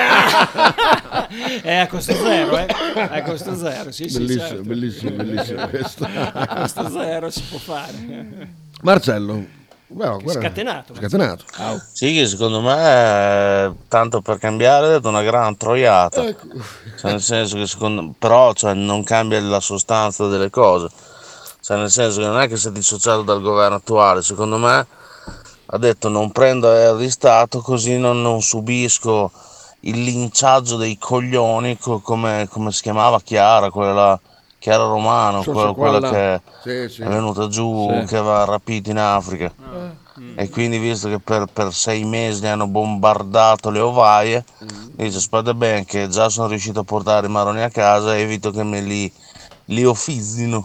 È a costo zero, a costo zero, sì, bellissimo, certo. bellissimo questo. A costo zero si può fare. Marcello. Guarda, Scatenato. Sì, che secondo me, tanto per cambiare, è una gran troiata. Ecco. Cioè, nel senso che però non cambia la sostanza delle cose. Cioè, nel senso che non è che si è dissociato dal governo attuale. Secondo me ha detto non prendo aereo di Stato così non subisco il linciaggio dei coglioni, come si chiamava Chiara, Chiara Romano, quella che sì. è venuta giù, che aveva rapito in Africa. E quindi, visto che per 6 mesi gli hanno bombardato le ovaie, dice aspetta bene che già sono riuscito a portare i maroni a casa, evito che me li offizzino.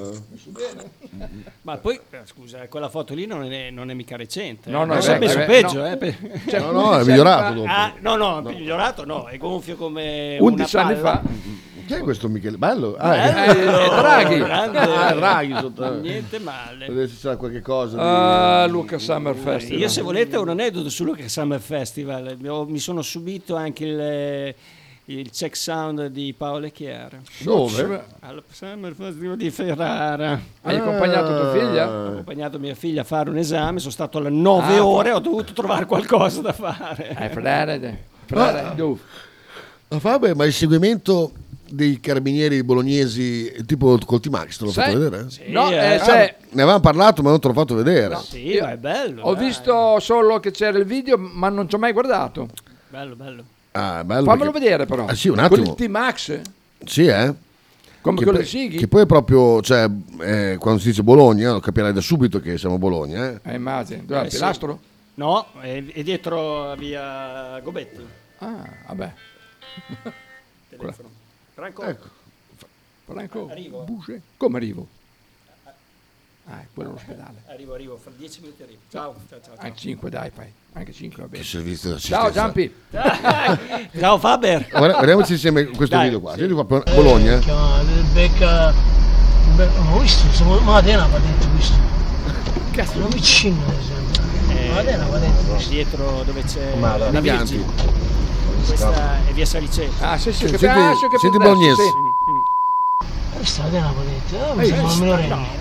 Ma poi, scusa, quella foto lì non è mica recente. No, è sempre messo peggio. No, è migliorato dopo. No, migliorato no, è gonfio come 11 una anni palla. fa. Chi è questo Michele? Bello? Draghi. Draghi sotto. Niente male. Vedete se c'è qualche cosa. Luca Summer Festival. Io, se volete, ho un aneddoto su Luca Summer Festival. Mi sono subito anche il check sound di Paolo Chiara. Dove? Al Summer Festival di Ferrara. Hai accompagnato tua figlia? Ho accompagnato mia figlia a fare un esame, sono stato alle 9 ore, ho dovuto trovare qualcosa da fare. Ferrara, dove? Vabbè, ma il seguimento dei carabinieri bolognesi tipo col T-Max te l'ho fatto vedere? Sì, No, ne avevamo parlato ma non te l'ho fatto vedere. No, sì, ma è bello. Ho visto solo che c'era il video, ma non ci ho mai guardato. Bello. Ah, bello. Fammelo vedere però. Sì, un attimo. Con il T-Max? Sì, Come che quello poi, di Sighi? che poi è proprio, cioè, quando si dice Bologna, lo capirai da subito che siamo a Bologna. Immagino. Dove è il pilastro? No, è dietro via Gobetti. Ah, vabbè. Telefono. Franco? Ecco. Franco? Arrivo. Buce? Come arrivo? Quello è l'ospedale. Arrivo, fra 10 minuti arrivo. Ciao. Anche 5 dai, fai. Anche 5 va bene. Che servizio da Ciao Giampi. Ciao Faber. Vediamoci insieme questo video qua. Senti qua, Bologna. Becca. Ho visto, ma te ne va dentro questo. Cazzo, sono vicino ad esempio. Ma te ne va dentro questo. Dietro dove c'è la Virgine. Questa è via Saliceta. Sì, senti bolognese. Questa te ne va dentro. Mi sembra un migliore.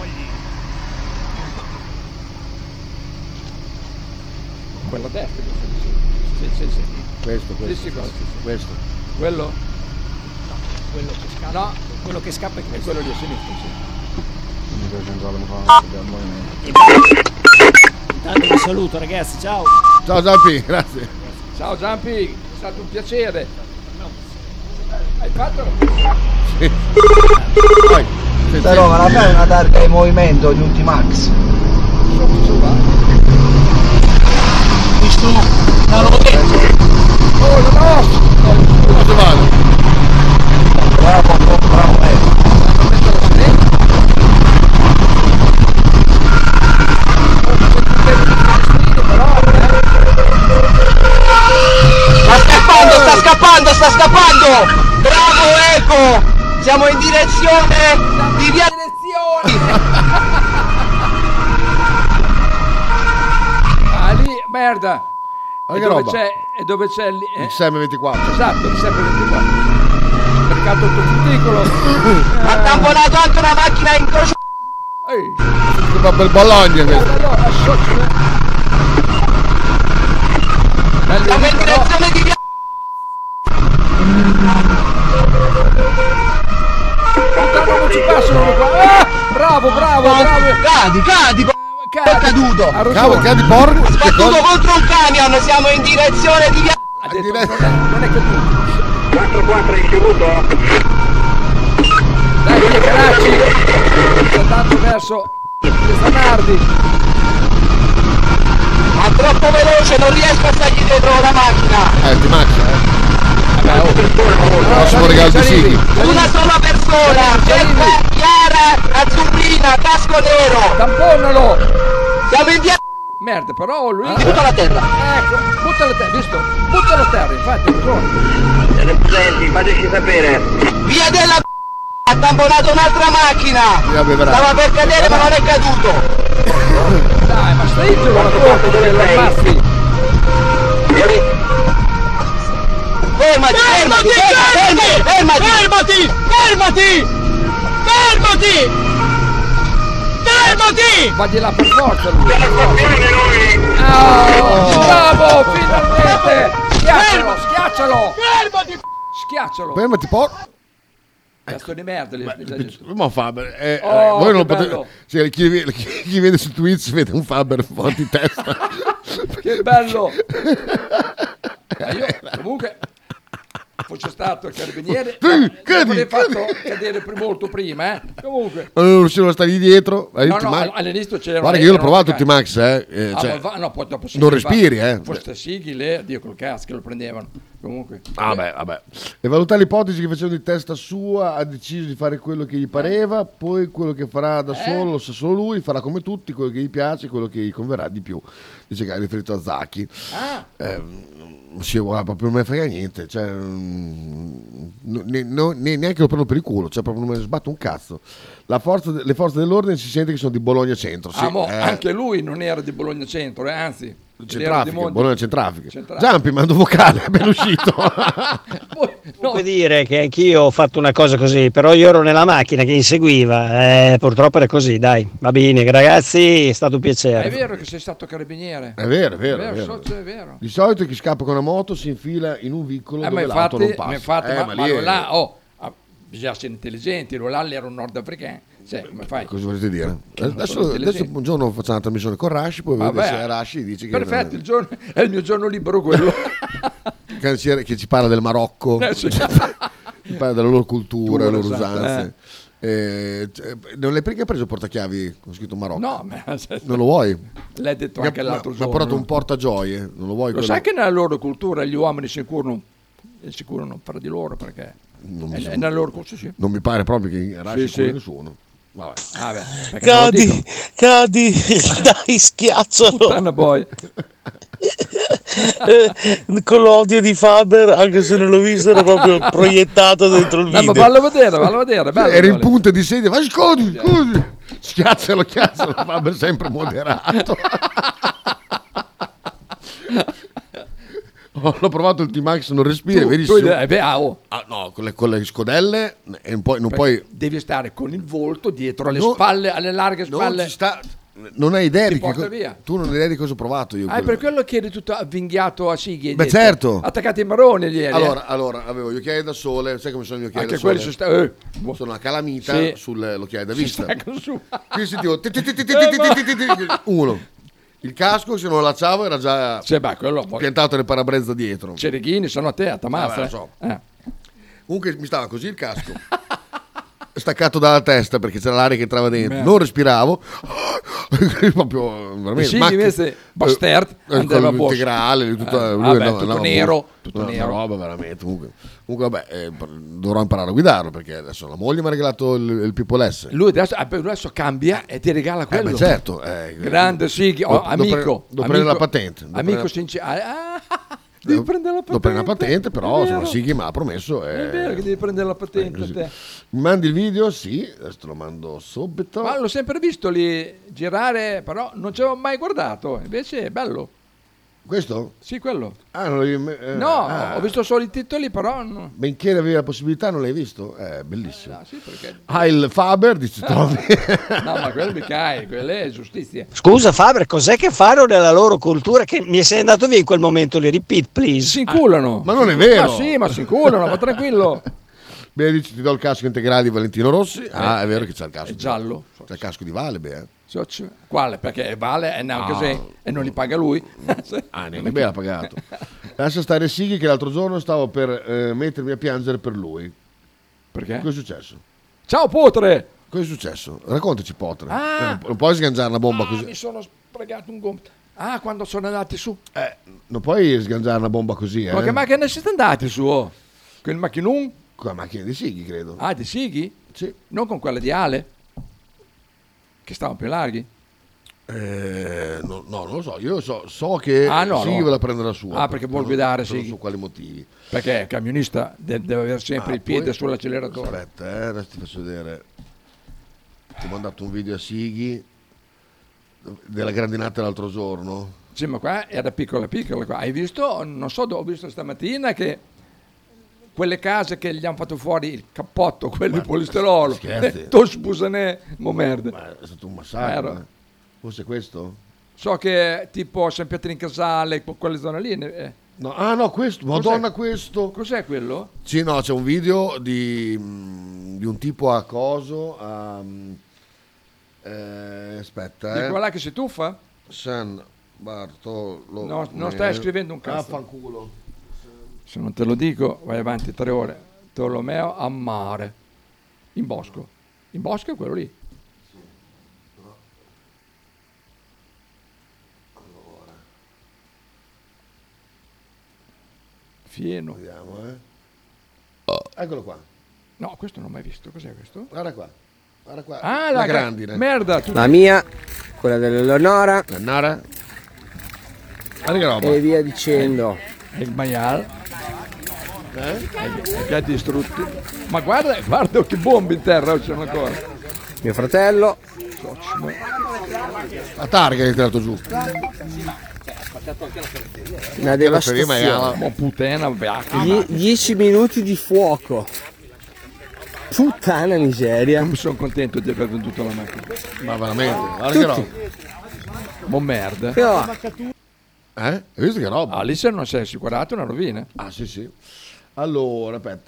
Quella destra. Sì. Questo. Questo. Quello? No, quello che scappa. No, quello che scappa è è questo. quello lì a sinistra, Intanto vi saluto ragazzi, ciao. Ciao Giampi, grazie. Ciao Giampi, è stato un piacere. Hai fatto? Sì. Però ma la fai una targa di movimento di un T-Max. Questo la rovetto. Oh no! Dove vado? Bravo. Sta scappando! Bravo Eco! Siamo in direzione di via... Lì, merda! Dove c'è il SM24. Esatto, il SM24. Mercato frutticolo. Ha tamponato anche una macchina in croce. Va per Bologna questo. Siamo in direzione di via... Non ci passano qua. Bravo. Cadi, è caduto. Cadi porco. Sbattuto contro un camion, siamo in direzione di via... Non è caduto. 4 ricevuto. Dai, via Caracci. Sta andando verso Zanardi. Ma troppo veloce, non riesco a stargli dietro la macchina. T-Max, prossimo regalo di Sighi. Una sola persona, Chiara Azzurrina. macchina, casco nero! Tamponalo! Siamo in via... Merda, però lui... Butta la terra! Ecco, butta la terra, visto? Butta la terra, infatti, Siete presenti, fateci sapere. Via della... Ha tamponato un'altra macchina! Stava per cadere ma non è caduto! Dai, ma stai giù la porta che lo ammazzi! Fermati! Va di là per forza lui! Bravo, finalmente! Schiaccialo! Schiaccialo! Fermati, Cazzo di merda lì. Ma Faber, Oh, voi non che potete. bello. Cioè, chi vede su Twitch vede un Faber fuori di testa. Che bello! Io comunque fosse stato il carabiniere l'avrei fatto cadere molto prima, comunque Non riuscivo a stargli dietro. all'inizio c'era Guarda che io l'ho provato tutti Max, cioè, no, poi dopo non respiri, forse Sighi lì, Dio col cazzo che lo prendevano comunque. Vabbè. E valutare l'ipotesi che facendo di testa sua ha deciso di fare quello che gli pareva, poi quello che farà da solo lo sa solo lui, farà come tutti, quello che gli piace, quello che gli converrà di più. Dice che ha riferito a Zacchi. Sì, guarda, proprio non me ne frega niente, cioè, neanche lo prendo per il culo, cioè proprio non me ne sbatto un cazzo. Le forze dell'ordine si sente che sono di Bologna Centro. Sì, anche lui non era di Bologna Centro, anzi Centrafrica, Bologna Centrafrica. Giampi, mando vocale, è ben uscito. Puoi dire che anch'io ho fatto una cosa così, però io ero nella macchina che inseguiva, purtroppo era così, dai, va bene, ragazzi, è stato un piacere. È vero che sei stato carabiniere. È vero. È vero. Di solito chi scappa con una moto si infila in un vicolo dove l'auto non passa. Ma infatti, ma là, bisogna essere intelligenti, lo là era un nordafricano. Cioè, come fai? Cosa volete dire? Adesso un giorno facciamo una trasmissione con Rashi, poi vedete se Rashi dice che... Perfetto, è il mio giorno libero quello. che ci parla del Marocco, sì. ci parla della loro cultura, delle loro usanze. Non l'hai perché hai preso il portachiavi con scritto Marocco? No, non lo vuoi? L'hai detto anche l'altro giorno. Ma ha portato un portagioie, non lo vuoi? Lo sai che nella loro cultura gli uomini si curano fra di loro perché è nella loro cultura, sì. Non mi pare proprio che Rashi curi nessuno. Vabbè, cadi, dai, schiaccialo. Puttana boy. Con l'odio di Faber, anche se non l'ho visto, era proprio proiettato dentro il video. Ma vallo a vedere. Bello, era in punta di sedia, vai scusi. Schiaccialo, Faber sempre moderato. L'ho provato il T-Max, non respira, verissimo. No, con le scodelle e non puoi... Devi stare con il volto dietro alle spalle, alle larghe spalle. Non hai idea di tu non hai idea di cosa ho provato io. Per quello che eri tutto avvinghiato a Sighi. Beh, certo. Attaccato ai maroni ieri. Allora, avevo gli occhiali da sole, sai come sono gli occhiali da sole? Anche quelli sono una calamita sull'occhiale da vista. Qui sentivo uno. Il casco, se non lo allacciavo, era già piantato nel parabrezza dietro. Cereghini sono a te, a Tamazza. Lo so. Comunque mi stava così il casco, staccato dalla testa perché c'era l'aria che entrava dentro. Non respiravo. Proprio veramente. Bastard, integrale, tutto nero. Una roba veramente. Comunque vabbè, dovrò imparare a guidarlo perché adesso la moglie mi ha regalato il Pipolesse. Lui adesso cambia e ti regala quello. Beh, certo. Grande Sighi, amico. Devo prendere la patente. Amico sincero. Devi prendere la patente. Devo prendere la patente, però insomma, Sighi mi ha promesso. È vero che devi prendere la patente. Te. Mi mandi il video? Sì, adesso te lo mando subito. Ma l'ho sempre visto lì girare, però non ci avevo mai guardato. Invece è bello. Questo? Sì, quello. Ho visto solo i titoli, però no. Benché avevi la possibilità, non l'hai visto? È bellissimo. Sì, perché... il Faber, dici trovi. No, ma quello mi cae, quella è giustizia. Scusa Faber, cos'è che fanno nella loro cultura che mi sei andato via in quel momento lì? Repeat, please. Si inculano. Ma non è vero. Ma sì, ma si inculano, ma tranquillo. Beh, dici, ti do il casco integrale di Valentino Rossi. È vero che c'è il casco. È giallo. C'è il casco di Vale, beh. Quale? Perché Vale è così e non li paga lui. Neanche me l'ha pagato. Lascia stare Sighi che l'altro giorno stavo per mettermi a piangere per lui. Perché? Cosa è successo? Ciao Potre! Cosa è successo? Raccontaci Potre. Non puoi sgangiare una bomba così. Mi sono spregato un gomito. Quando sono andati su. Non puoi sgangiare una bomba così. Ma che macchina siete andati su? Con il macchinone? Con la macchina di Sighi, credo. Di Sighi? Sì. Non con quella di Ale? Che stavano più larghi? No, non lo so. Io so che Sighi vuole prendere la sua. Perché vuol guidare Sighi. Sighi. Su quali motivi? Perché il camionista deve avere sempre il piede sull'acceleratore. Aspetta, adesso ti faccio vedere. Ti ho mandato un video a Sighi della grandinata l'altro giorno. Sì, ma qua era piccola qua. Hai visto? Non so, ho visto stamattina che quelle case che gli hanno fatto fuori il cappotto, quello di polistirolo, tu spusane, merda. Ma è stato un massacro. Forse questo? So che tipo San Pietro in Casale, quelle zone lì. No, questo, Madonna, questo. Cos'è quello? Sì, no, c'è un video di un tipo a coso. Aspetta, Di quella che si tuffa? San Bartolo. No, non stai scrivendo un cazzo. Affanculo. Se non te lo dico, vai avanti 3 ore. Tolomeo a mare. In bosco. In bosco è quello lì. Fieno. Vediamo, Eccolo qua. No, questo non l'ho mai visto. Cos'è questo? Guarda qua. Ah, la grandine. Merda. La mia, quella dell'Eleonora. Guarda che roba. E via dicendo. E il maial. Che ha distrutti. Ma guarda che bombe in terra c'è ancora. Mio fratello. La targa che hai tirato giù. Una devastazione. Puttana, 10 minuti di fuoco. Puttana miseria. Non sono contento di aver venduto la macchina. Ma veramente, guarda che roba. Ma merda. Hai visto che roba? Lì se non sei assicurato è una rovina. Sì. Allora, aspetta.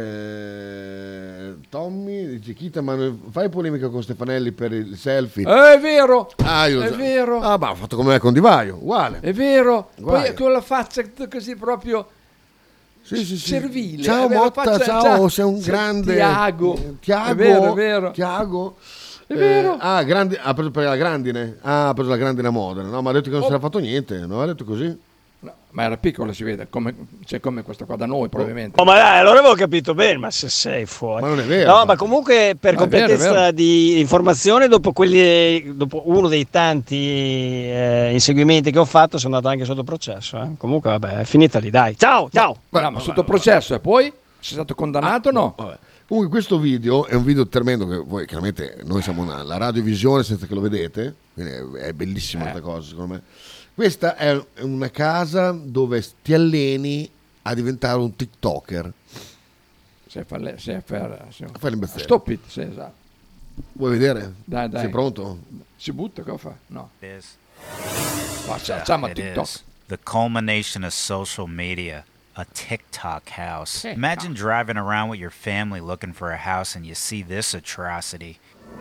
Tommy dice: Chita, ma fai polemica con Stefanelli per il selfie? È vero! È vero! Ma ha fatto come me con Di Vaio, uguale. È vero! Poi con la faccia così proprio servile. Ciao Motta, ciao, sei un grande. Tiago. È vero. Tiago. È vero. Ha preso per la grandine. Ha preso la grandine a Modena. No, ma ha detto che non si era fatto niente. Non ha detto così. No, ma era piccola, si vede, come questo qua da noi probabilmente. Oh, ma dai, allora avevo capito bene, ma se sei fuori. Ma non è vero. No, ma comunque per competenza di informazione, dopo uno dei tanti inseguimenti che ho fatto, sono andato anche sotto processo. Comunque, vabbè, è finita lì, dai. Ciao! Ma sotto processo e poi sei stato condannato o no? Vabbè. Comunque questo video è un video tremendo che voi chiaramente noi siamo la radiovisione senza che lo vedete, quindi è bellissima questa cosa secondo me. Questa è una casa dove ti alleni a diventare un TikToker. Fare l'imbecille. Stop it, sì, esatto. Vuoi vedere? Dai. Sei pronto? Si butta, cosa fa? No. Facciamo TikTok. The culmination of social media. A TikTok house. Imagine driving around with your family looking for a house and you see this atrocity.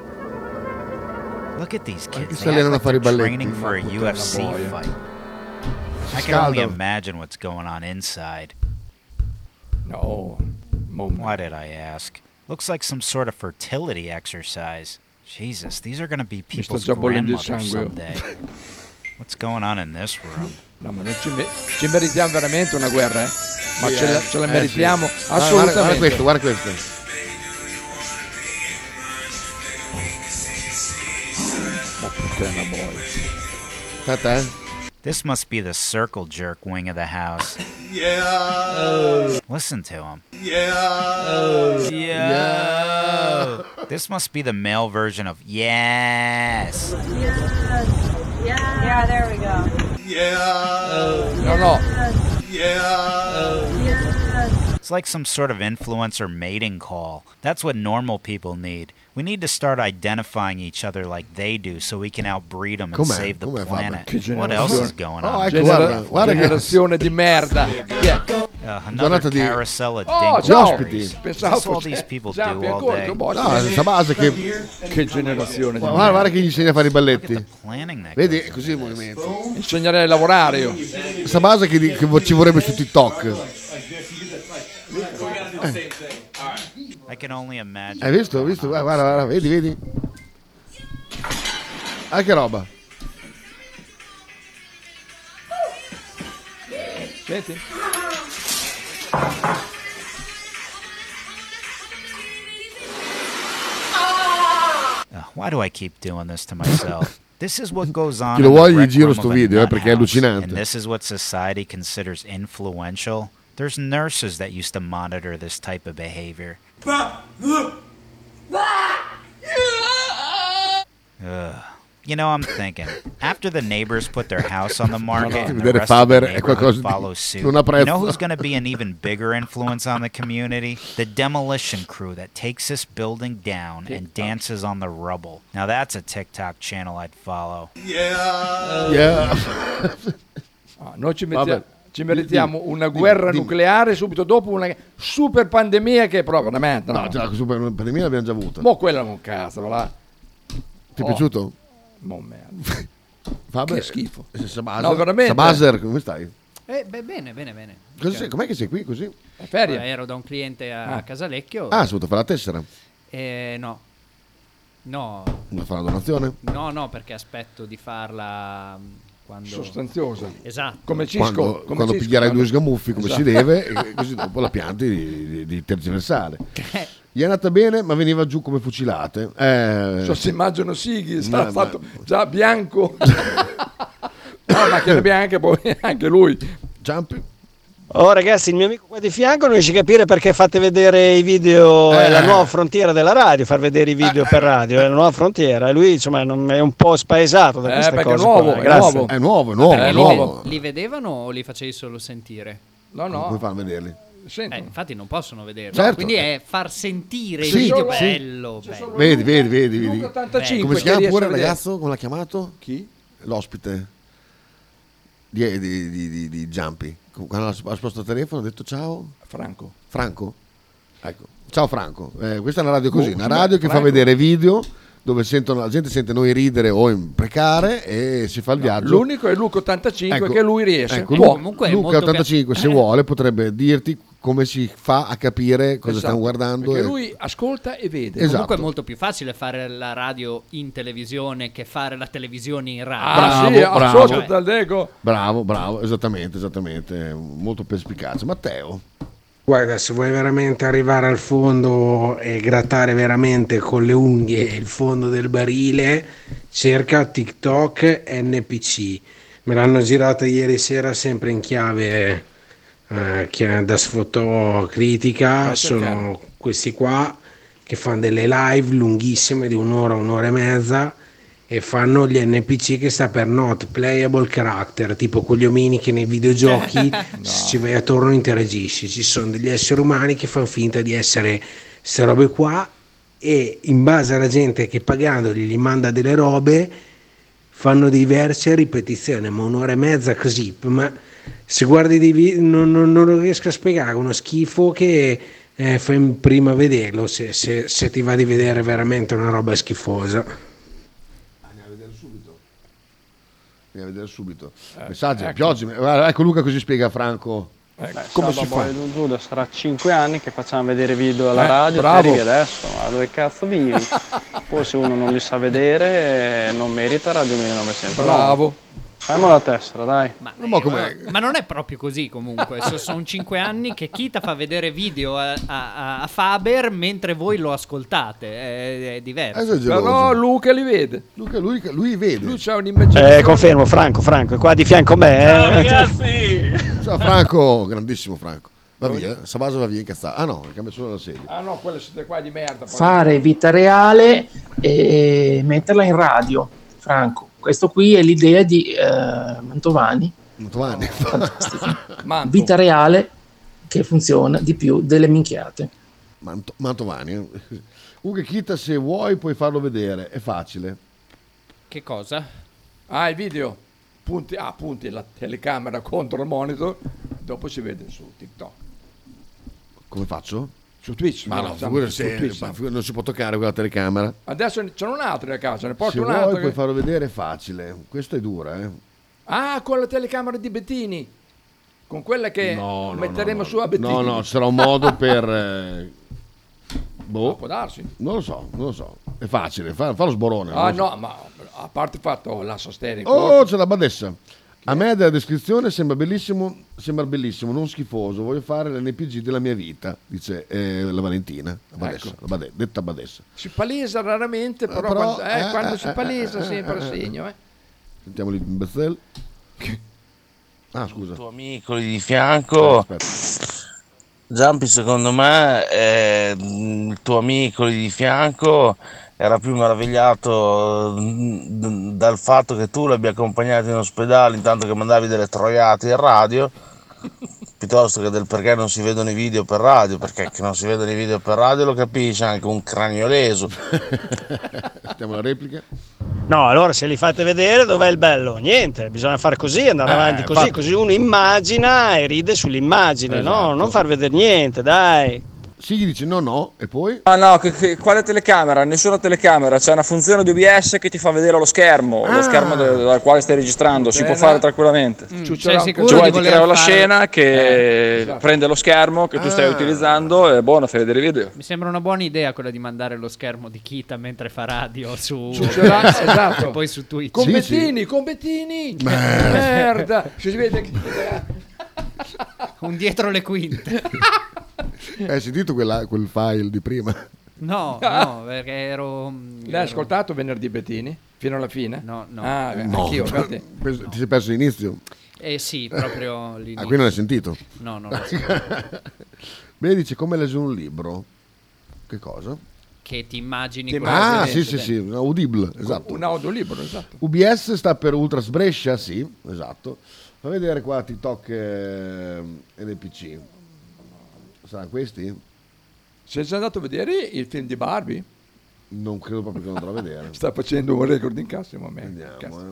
Look at these kids. They act like they're training for a UFC fight. I can only imagine what's going on inside. No. Why did I ask? Looks like some sort of fertility exercise. Jesus, these are going to be people's grandmothers someday. What's going on in this room? No, ma noi ci meritiamo veramente una guerra, ma ce la meritiamo assolutamente. Guarda questo. This must be the circle jerk wing of the house. Listen to him. This must be the male version of yes. Yeah, there we go. No. It's like some sort of influencer mating call. That's what normal people need. We need to start identifying each other like they do so we can outbreed them and save the planet. What else is going on? Generazione di merda. Another carousel of gli ospiti. That's all these people do all day. No, questa base che generazione di merda. Guarda che gli insegna a fare i balletti. Vedi, è così il movimento. Insegnerei a lavorare io. Questa base che ci vorrebbe su TikTok. I can only imagine. Hai visto? Guarda, vedi. Ah, che roba. Senti? Why do I keep doing this to myself? This is what goes on Chi lo in the vuole gli rec giro room sto of a video nut perché è house, allucinante. and this is what society considers influential. There's nurses that used to monitor this type of behavior. You know, I'm thinking, after the neighbors put their house on the market and the rest of the neighborhood follows suit, you know who's going to be an even bigger influence on the community? The demolition crew that takes this building down and dances on the rubble. Now that's a TikTok channel I'd follow. Yeah. Noi ci meritiamo una guerra nucleare subito dopo una super pandemia che è proprio veramente... No, già la super pandemia l'abbiamo già avuta. Mo' quella non cazzo, va là. Ti è piaciuto? Mo' merda. Vabbè, che schifo. No, veramente. Sabazer, come stai? Bene. Com'è che sei qui così? È ferie? Ero da un cliente a Casalecchio. Ah, sei venuto a fare la tessera? No. Non fa la donazione? No, perché aspetto di farla quando... sostanziosa. Esatto. Come Cisco. Quando piglierai 2 sgamuffi come si deve, e così dopo la pianti di tergiversare. Gli è andata bene, ma veniva giù come fucilate. Si immagino Sighi, sarà fatto già bianco. No, macchina bianca, poi anche lui. Jumpy. Oh ragazzi, il mio amico qua di fianco non riesce a capire perché fate vedere i video, è la nuova frontiera della radio, far vedere i video per radio, è la nuova frontiera, e lui insomma è un po' spaesato da queste cose. È nuovo. Li vedevano o li facevi solo sentire? No. Come fanno a vederli? Infatti non possono vederlo, certo. Quindi è far sentire il video bello. Vedi. Luca 85, come si chiama pure il ragazzo? Come l'ha chiamato? Chi? L'ospite di Jumpy. Quando ha spostato il telefono ha detto ciao? Franco? Ecco. Ciao Franco. Questa è una radio così, una radio che fa vedere video dove la gente sente noi ridere o imprecare e si fa il viaggio. L'unico è Luca 85 che lui riesce. Comunque Luca 85 se vuole potrebbe dirti come si fa a capire cosa stiamo guardando. Perché lui ascolta e vede. Comunque è molto più facile fare la radio in televisione che fare la televisione in radio. Bravo, esattamente, molto perspicace. Matteo? Guarda, se vuoi veramente arrivare al fondo e grattare veramente con le unghie il fondo del barile, cerca TikTok NPC. Me l'hanno girata ieri sera sempre in chiave da sfotocritica. Sono questi qua che fanno delle live lunghissime di un'ora e mezza e fanno gli NPC che sta per Not Playable Character, tipo quegli omini che nei videogiochi se ci vai attorno interagisci. Ci sono degli esseri umani che fanno finta di essere queste robe qua e in base alla gente che pagandoli gli manda delle robe fanno dei versi a ripetizione, ma un'ora e mezza così. Ma se guardi dei video non lo riesco a spiegare, uno schifo che fai prima vederlo se ti va di vedere veramente una roba schifosa. Andiamo a vedere subito. Messaggi, pioggi. Ecco Luca così spiega Franco. Come si fa? Sarà 5 anni che facciamo vedere video alla radio, bravo. Adesso, ma dove cazzo vivi? Forse uno non li sa vedere, non merita Radio 1900. Bravo. Fammo la tessera, dai. Ma non è proprio così comunque. Sono 5 anni che Kita fa vedere video a Faber mentre voi lo ascoltate. È diverso. Però Luca li vede. Lui vede. Lui c'ha un'immaginazione. Confermo, Franco è qua di fianco a me. Ciao ragazzi. Ciao Franco, grandissimo Franco. Va via, Sabaso va via incazzato. Ah no, cambia solo la sedia. Ah no, quelle siete qua di merda. Fare vita reale e metterla in radio, Franco. Questo qui è l'idea di Mantovani. Fantastico. Vita reale che funziona di più delle minchiate. Mantovani. Ugo Kita, se vuoi puoi farlo vedere, è facile. Che cosa? Il video. Punti la telecamera contro il monitor, dopo si vede su TikTok. Come faccio? Su Twitch. Ma no, non si può toccare quella telecamera. Adesso ce n'è un'altra a casa, ne porto se un'altra. Vuoi puoi farlo vedere, è facile. Questa è dura, con la telecamera di Bettini. Con quella che metteremo su a Bettini. No, sarà un modo per... può darsi. Non lo so. È facile, fa lo sborone. Ma a parte il fatto l'asso sterico. Oh, c'è la badessa. A me dalla descrizione sembra bellissimo, non schifoso. Voglio fare l'NPG della mia vita, dice la Valentina, detta Badessa. Si palesa raramente, però quando si palesa sempre segno. Sentiamo il Bezzel. Ah, scusa. Il tuo amico lì di fianco. Giampi, secondo me, il tuo amico lì di fianco era più meravigliato dal fatto che tu l'abbia accompagnato in ospedale intanto che mandavi delle troiate in radio, piuttosto che del perché non si vedono i video per radio, perché che non si vedono i video per radio lo capisce anche un cranio leso. Sentiamo la replica. No, allora se li fate vedere dov'è il bello? Niente, bisogna fare così, andare avanti così, così uno immagina e ride sull'immagine, Esatto. No? Non far vedere niente, dai. Sì, gli dice no, e poi? Ah no, quale telecamera? Nessuna telecamera, c'è una funzione di OBS che ti fa vedere lo schermo dal quale stai registrando, si può fare tranquillamente. Sei sicuro Cioè di ti voler creo la fare- scena che esatto. prende lo schermo che tu stai utilizzando e buono, fai vedere i video. Mi sembra una buona idea quella di mandare lo schermo di Kita mentre fa radio su esatto. e poi su Twitch. Con Bettini! Merda! Si vede che... Un dietro le quinte. Hai sentito quel file di prima? No, perché ero... L'hai ascoltato venerdì Bettini? Fino alla fine? No. Ah, No. anch'io, infatti. Ti sei perso l'inizio? Sì, proprio l'inizio. Ah, qui non l'hai sentito? No, non l'ho sentito. Beh, dice come leggere un libro. Che cosa? Che ti immagini... Ah, sì, un audible, esatto. Un audiolibro, esatto. UBS sta per Ultras Brescia, sì, esatto. Fa vedere qua TikTok NPC. Saranno questi? Sei già andato a vedere il film di Barbie? Non credo proprio che lo andrò a vedere. Sta facendo un record in cassa in momento. Vediamo,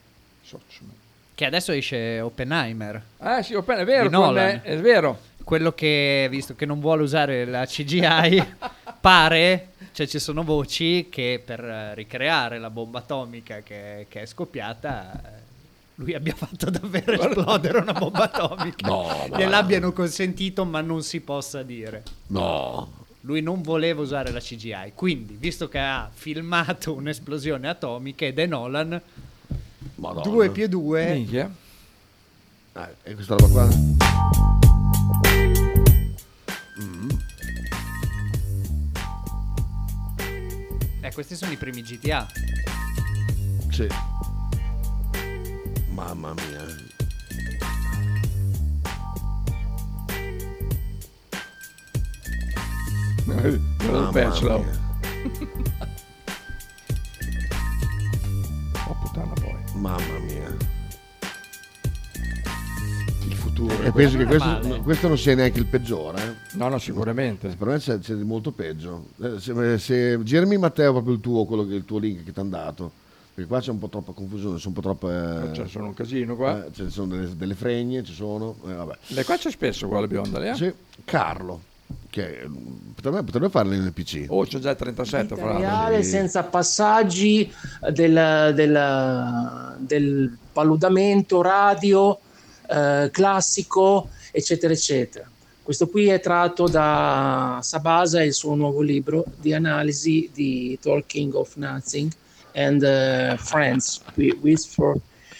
Che adesso esce Oppenheimer. Sì, è vero, Di Nolan. è vero. Quello che, visto che non vuole usare la CGI, pare, cioè ci sono voci che per ricreare la bomba atomica che è scoppiata, lui abbia fatto davvero esplodere una bomba atomica. Gliel'abbiano consentito, ma non si possa dire. No. Lui non voleva usare la CGI, quindi, visto che ha filmato un'esplosione atomica ed è Nolan, Madonna. 2 più 2. Minchia. E questa roba qua? Questi sono i primi GTA. Sì. Mamma mia. Non penso. Oh puttana poi. Mamma mia. Il futuro. E penso che questo non sia neanche il peggiore. No, sicuramente. Per me c'è di molto peggio. Se girami Matteo proprio il tuo link che ti hanno dato, perché qua c'è un po' troppa confusione, sono un po' troppe... C'è sono un casino qua. ci sono delle fregne, ci sono... vabbè. Qua c'è spesso quella bionda lì, Sì, Carlo, che potrebbe fare l'NPC. Oh, c'è già 37 fra reale, senza passaggi del paludamento radio classico, eccetera eccetera. Questo qui è tratto da Sabasa e il suo nuovo libro di analisi di Talking of Nothing and Friends for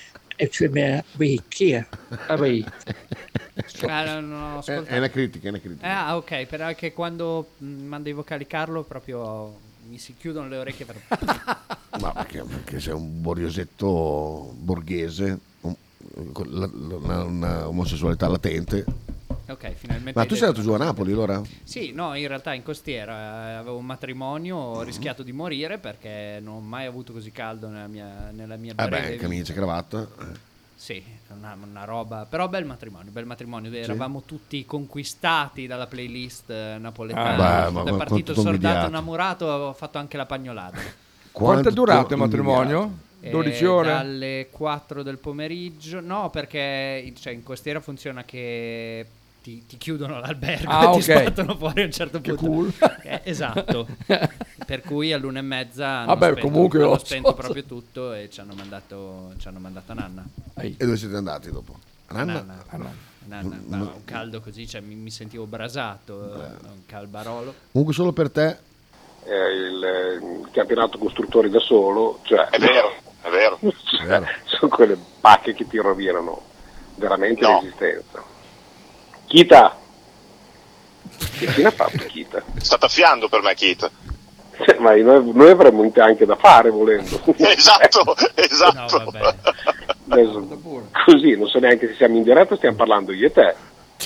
Non ho ascoltato. È una critica. Ah, ok, però che quando manda i vocali Carlo proprio mi si chiudono le orecchie per... Ma perché sei un boriosetto borghese, con una omosessualità latente. Ok, finalmente. Ma tu sei andato giù a Napoli allora? Sì, no, in realtà in costiera avevo un matrimonio, ho rischiato di morire perché non ho mai avuto così caldo nella mia breve vita. Camicia e cravatta. Sì, una roba, però bel matrimonio, eravamo tutti conquistati dalla playlist napoletana, da partito soldato innamorato, avevo fatto anche la pagnolata. Quanto è durato il matrimonio? 12 ore? Dalle 4 del pomeriggio, no, perché in costiera funziona che ti chiudono l'albergo e ti sbattono fuori a un certo punto. Che cool. Esatto. Per cui all'1:30 hanno spento proprio tutto e ci hanno mandato a Nanna. E dove siete andati dopo? A Nanna. Ma un caldo così, cioè mi sentivo brasato, un calbarolo. Comunque solo per te il campionato costruttori da solo, cioè è vero sono quelle pacche che ti rovinano veramente l'esistenza. Kita, che fine ha fatto Kita? Sta taffiando per me Kita. Ma noi avremmo anche da fare volendo. Esatto. No, adesso, così, non so neanche se siamo in diretta o stiamo parlando io e te.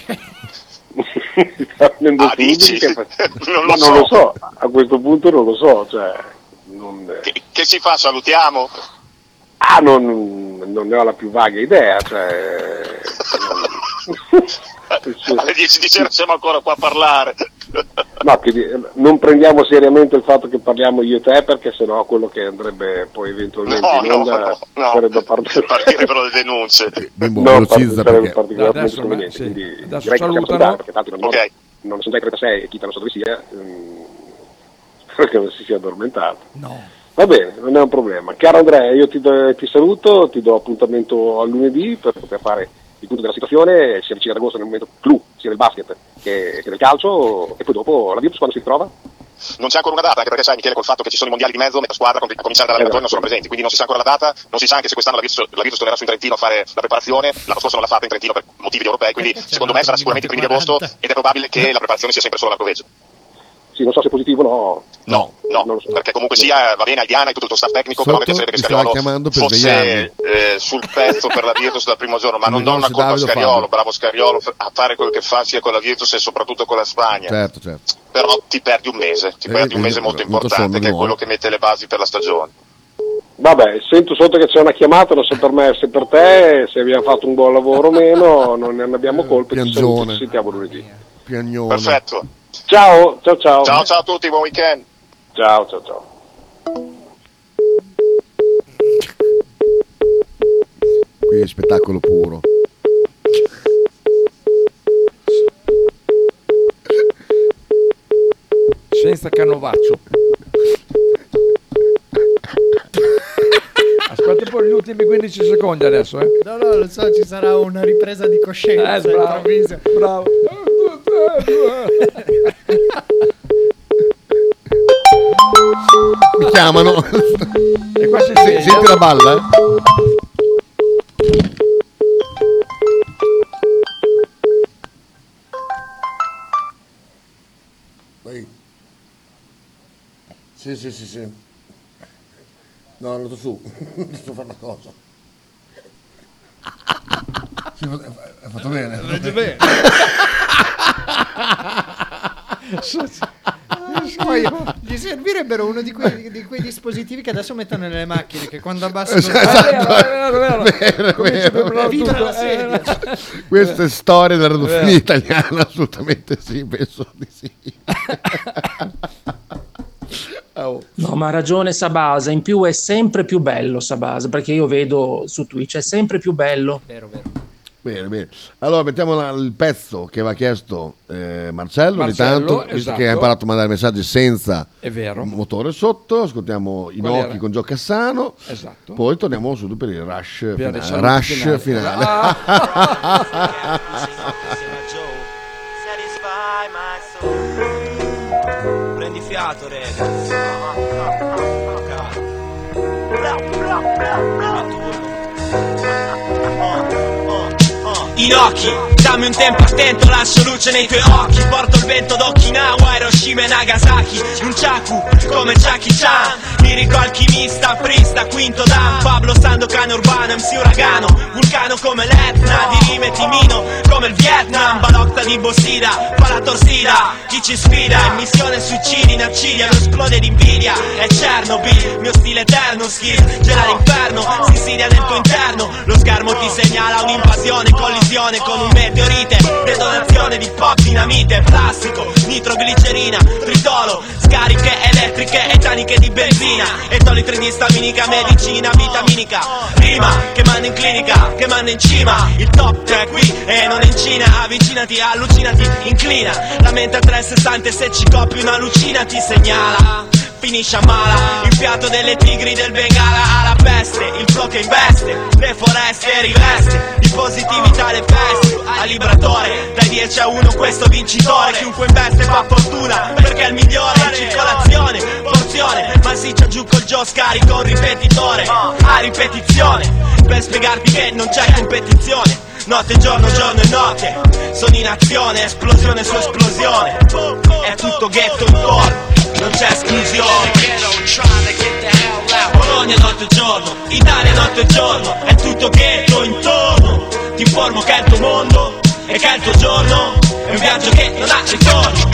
Dici? Non lo so, a questo punto non lo so. Cioè, che si fa? Salutiamo? Non ne ho la più vaga idea. Cioè, alle 10 di sera siamo ancora qua a parlare. No, non prendiamo seriamente il fatto che parliamo io e te, perché sennò quello che andrebbe poi eventualmente in onda sarebbe partirebbero le denunce. Sarebbe particolarmente sconveniente. Quindi direi che possiamo salutare, perché tanto non sono già 36 e Kita non so dove sia, perché non si sia addormentato. No. Va bene, non è un problema. Caro Andrea, io ti saluto, ti do appuntamento a lunedì per poter fare il punto della situazione, si avvicina ad agosto nel momento clou, sia del basket che del calcio, e poi dopo la Virtus quando si ritrova? Non c'è ancora una data, anche perché sai Michele, col fatto che ci sono i mondiali di mezzo, metà squadra a cominciare dall'allenatore non sono presenti, quindi non si sa ancora la data, non si sa anche se quest'anno la Virtus tornerà su in Trentino a fare la preparazione, l'anno scorso non l'ha fatta in Trentino per motivi europei, quindi secondo me sarà sicuramente i primi di agosto ed è probabile che la preparazione sia sempre solo all'Arcoveggio. Sì, non so se è positivo o no. No, perché comunque sia, va bene Diana e tutto il tuo staff tecnico, però a me piacerebbe che Scariolo fosse sul pezzo per la Virtus dal primo giorno, ma non do una colpa a Scariolo, bravo Scariolo a fare quello che fa sia con la Virtus e soprattutto con la Spagna. Certo. Però ti perdi un mese molto importante, che è quello che mette le basi per la stagione. Vabbè, sento sotto che c'è una chiamata, non so per me se per te, se abbiamo fatto un buon lavoro o meno, non ne abbiamo colpe, ci sentiamo lunedì. Piagnone. Perfetto. Ciao. Ciao a tutti, buon weekend. Ciao. Qui è spettacolo puro. Senza canovaccio. Aspetta poi gli ultimi 15 secondi adesso, No, lo so, ci sarà una ripresa di coscienza improvvisa. Bravo. Mi chiamano. E qua senti la balla? Vai. Sì. No, è andato su. Sto fare una cosa. È fatto bene. Poi gli servirebbero uno di quei dispositivi che adesso mettono nelle macchine, che quando abbassano vibra la sedia. Questa è storia della radiofonia italiana, assolutamente sì, penso di sì. No, ma ha ragione Sabasa, in più è sempre più bello Sabasa, perché io vedo su Twitch, è sempre più bello. Vero. Bene. Allora mettiamo il pezzo che aveva chiesto Marcello ogni tanto, visto che ha imparato a mandare messaggi senza motore sotto. Ascoltiamo i Nocchi con Gio Cassano, poi torniamo subito per il rush finale. Prendi fiato, rega. Inoki, dammi un tempo attento, lascio luce nei tuoi occhi. Porto il vento d'Okinawa, Hiroshima e Nagasaki. Un chaku, come Jackie Chan. Lirico alchimista, frista, quinto dan. Pablo Sandokan urbano, MC uragano. Vulcano come l'Etna, di rime timino come il Vietnam. Balocta di Bossida, palatorsida. Chi ci sfida, in missione suicidi in accidia. Lo esplode d'invidia, è Chernobyl. Mio stile eterno, skill, gela l'inferno. Si insidia nel tuo interno. Lo schermo ti segnala un'invasione, collisione con un meteorite, detonazione di pop, dinamite, plastico, nitroglicerina, tritolo, scariche elettriche e taniche di benzina, etolitri di staminica, medicina vitaminica, rima che manda in clinica, che manda in cima, il top è qui e non è in Cina, avvicinati, allucinati, inclina, la mente a 360 e se ci copi una lucina ti segnala. Finisce a mala, il fiato delle tigri del Bengala alla peste, il flow che investe, le foreste riveste, di positività le feste, a libratore, dai 10 a 1 questo vincitore, chiunque investe fa fortuna, perché è il migliore, in circolazione, porzione ripetizione. Massiccia giù col Joe, scarico un ripetitore a ripetizione, per spiegarvi che non c'è competizione. Notte, giorno, giorno e notte, sono in azione, esplosione su esplosione. È tutto ghetto intorno, non c'è esclusione. Bologna notte e giorno, Italia notte e giorno, è tutto ghetto intorno. Ti informo che è il tuo mondo e che è il tuo giorno, è un viaggio che non ha ritorno.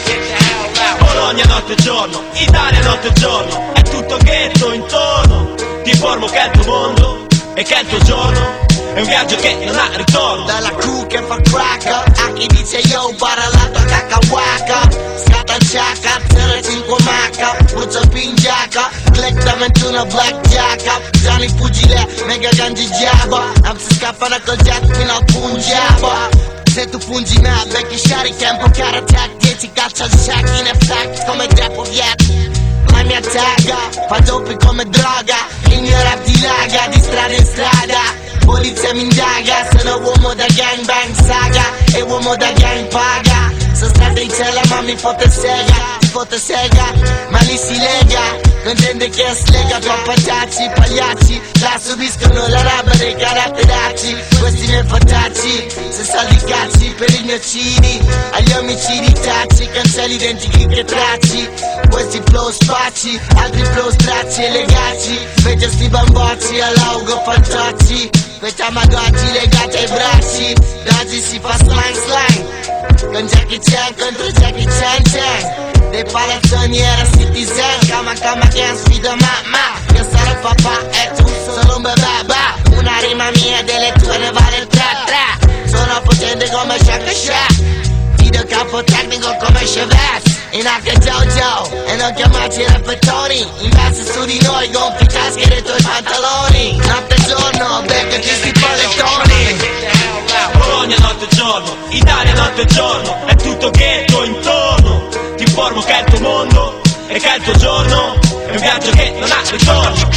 Bologna notte e giorno, Italia notte e giorno, è tutto ghetto intorno. Ti informo che è il tuo mondo e che è il tuo giorno, è un viaggio che non ha ritorno. Dalla crew che fa cracker, a chi dice yo, para la tua cacahuaca. Scatta il ciaca, 05 macca, brucia pingiaca, click da 21 blackjacka. Gianni pugile, mega gangi giaba, am si scappano col jet fino al Punjaba. Se tu pungi me, becchi shari, tempo karate, 10 caccia al shack in effect, come Depo Viet. La mia tagga, fa doppi come droga, il mio rap dilaga, di strada in strada. Polizia mi indaga, sono uomo da gangbang saga, e uomo da gang paga. Sono stato in cella ma mi fotte sega, ti fotte sega, ma lì si lega. Con gente che slega, pagliacci, pagliacci, la subiscono la roba dei caratteracci. Questi miei fatacci, se soldi cazzi per il mio cini, agli omicidi tacci, cancelli identici che tracci. Questi flow spacci, altri flow stracci e legacci, invece sti bambocci all'augo fantocci. Questa magoggi legati ai bracci, da oggi si fa slang slang, con Jackie Chan contro Jackie Chan Chan. Dei palazzoni era citizen, cama gang sfido mamma. Io sarò il papà e tu solo un bebè. Una rima mia delle tue ne vale il 3-3. Sono potente come Shaka Shack, video capo tecnico come Chevette. In H Jojo e non chiamarci rappettoni, investe su di noi, gonfi tasche dei tuoi pantaloni. Notte e giorno, beccati sti pallettoni. Bologna notte e giorno, Italia notte e giorno, è tutto ghetto intorno. Ti informo che è il tuo mondo e che è il tuo giorno, è un viaggio che non ha ritorno.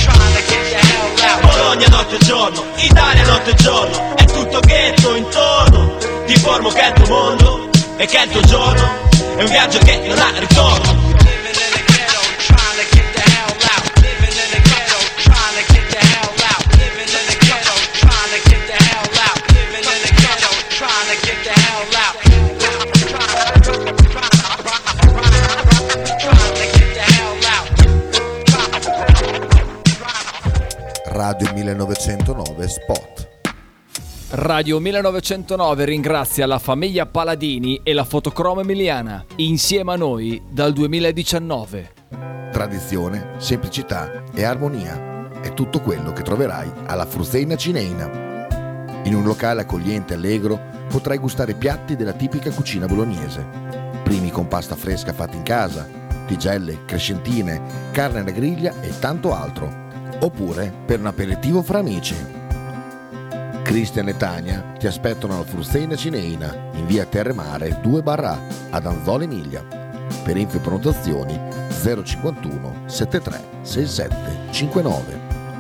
Bologna notte e giorno, Italia notte e giorno, è tutto ghetto intorno. Ti informo che è il tuo mondo e che è il tuo giorno, è un viaggio che non ha ritorno. Radio 1909 Spot. Radio 1909 ringrazia la famiglia Paladini e la Fotocromo Emiliana, insieme a noi dal 2019. Tradizione, semplicità e armonia è tutto quello che troverai alla Fruzeina Cineina. In un locale accogliente e allegro potrai gustare piatti della tipica cucina bolognese. Primi con pasta fresca fatta in casa, tigelle, crescentine, carne alla griglia e tanto altro. Oppure per un aperitivo fra amici. Cristian e Tania ti aspettano alla Fruzeina Cineina in via Terremare 2/A ad Anzola Emilia. Per info e prenotazioni 051 73 67 59.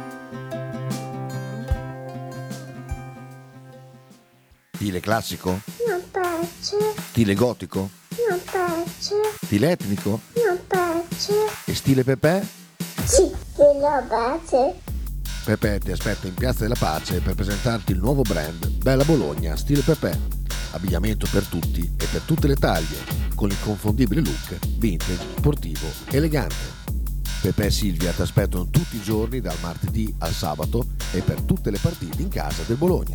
Stile classico? Non piace. Stile gotico? Non piace. Stile etnico? Non piace. E stile Pepe? Sì, lo piace. Pepe ti aspetta in Piazza della Pace per presentarti il nuovo brand Bella Bologna Stile Pepe. Abbigliamento per tutti e per tutte le taglie, con l'inconfondibile look vintage, sportivo, elegante. Pepe e Silvia ti aspettano tutti i giorni dal martedì al sabato e per tutte le partite in casa del Bologna.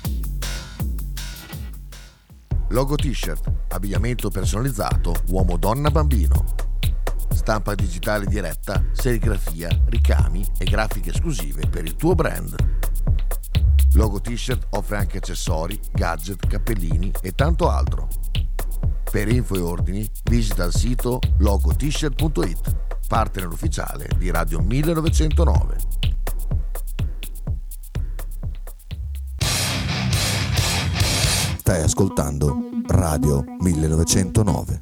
Logo t-shirt, abbigliamento personalizzato uomo, donna, bambino. Stampa digitale diretta, serigrafia, ricami e grafiche esclusive per il tuo brand. Logo T-shirt offre anche accessori, gadget, cappellini e tanto altro. Per info e ordini visita il sito logotshirt.it, partner ufficiale di Radio 1909. Stai ascoltando Radio 1909.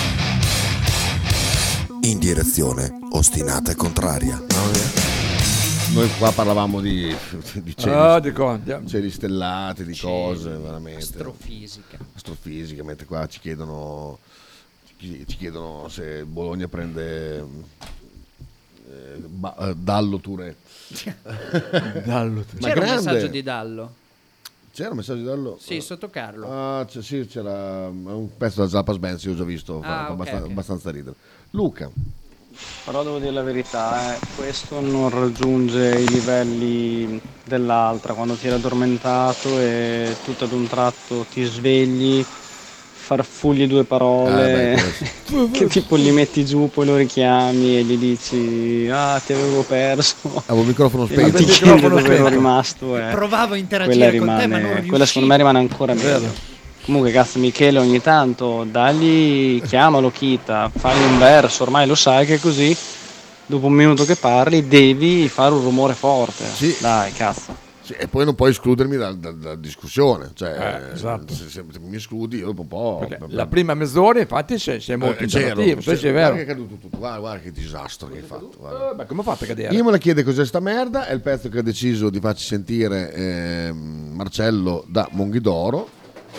In direzione ostinata e contraria. Noi qua parlavamo di cieli stellati, di cose veramente astrofisica, mentre qua ci chiedono se Bologna prende Dallo Touré. C'era un messaggio di Dallo? C'era un messaggio di Dallo? Sì, sotto Carlo. Sì, c'era un pezzo da Zappa Spence, io ho già visto, fa abbastanza ridere. Luca. Però devo dire la verità, questo non raggiunge i livelli dell'altra, quando ti eri addormentato e tutto ad un tratto ti svegli, farfugli 2 parole, che tipo li metti giù, poi lo richiami e gli dici ti avevo perso. Avevo il microfono E spento. ti chiedi dove ero rimasto. Provavo a interagire con te, ma non riuscivo. Quella secondo me rimane ancora meglio. Comunque cazzo Michele, ogni tanto dagli, chiamalo Kita, fai un verso, ormai lo sai che così dopo un minuto che parli devi fare un rumore forte. Sì. Dai, cazzo. Sì, e poi non puoi escludermi dalla discussione, cioè esatto. se mi escludi io dopo un po'. La prima mezz'ora infatti sei molto interattivo, è vero. Guarda che è caduto tutto, guarda che disastro che hai fatto. Ma come ho fatto a cadere? Io me la chiede cos'è sta merda, è il pezzo che ha deciso di farci sentire Marcello da Monghidoro.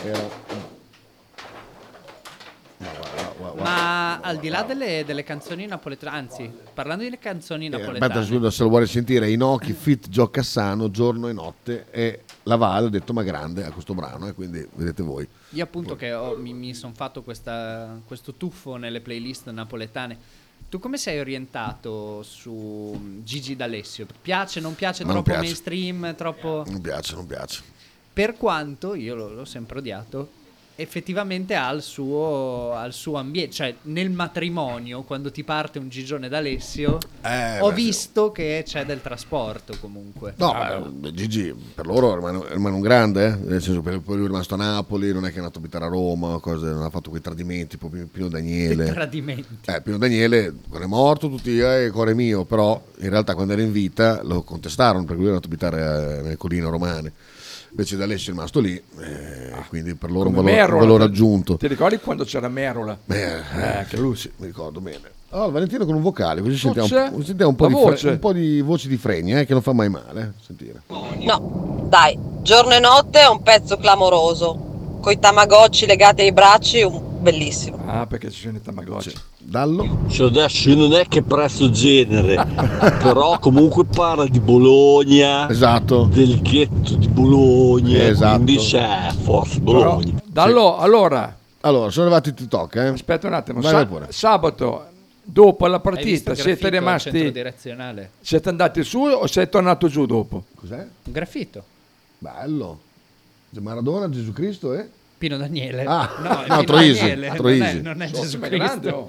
Ma al di là delle canzoni napoletane, anzi, parlando di canzoni napoletane, aspetta, scusa, se lo vuole sentire, Inoki Fit Gio Cassano, Giorno e Notte, e la Valle ha detto ma grande a questo brano, quindi vedete voi. io appunto che mi sono fatto questo tuffo nelle playlist napoletane. Tu come sei orientato su Gigi D'Alessio? Piace, non piace, troppo mainstream, troppo... Non piace. Per quanto io l'ho sempre odiato, effettivamente ha il suo ambiente, cioè nel matrimonio quando ti parte un Gigione D'Alessio ho visto che c'è del trasporto comunque. No, Gigi per loro rimane un grande, nel senso che poi lui è rimasto a Napoli, non è che è andato a abitare a Roma, non ha fatto quei tradimenti, Pino Daniele. Che tradimenti? Pino Daniele quando è morto tutti cuore mio, però in realtà quando era in vita lo contestarono perché lui era andato a abitare nelle colline romane. Invece D'Alessio è rimasto lì, quindi per loro un valore aggiunto. Ti ricordi quando c'era Merola? Che lui sì, mi ricordo bene. Allora, Valentino con un vocale, così sentiamo un po' di voci di fregni, che non fa mai male. Sentire. No, dai, Giorno e Notte è un pezzo clamoroso, coi tamagotchi legati ai bracci, bellissimo. Perché ci sono i tamagotchi. Dallo? Cioè adesso io non è che prezzo genere, però comunque parla di Bologna, esatto, del ghetto di Bologna, esatto. Quindi c'è forza Bologna. Però, Dallo, allora sono arrivati i TikTok, Aspetta un attimo, Vai pure. Sabato dopo la partita siete rimasti centrodirezionale? Siete andati su o sei tornato giù dopo? Cos'è? Un graffito. Bello. Maradona, Gesù Cristo e Pino Daniele. No, Troisi. Non è Gesù Cristo.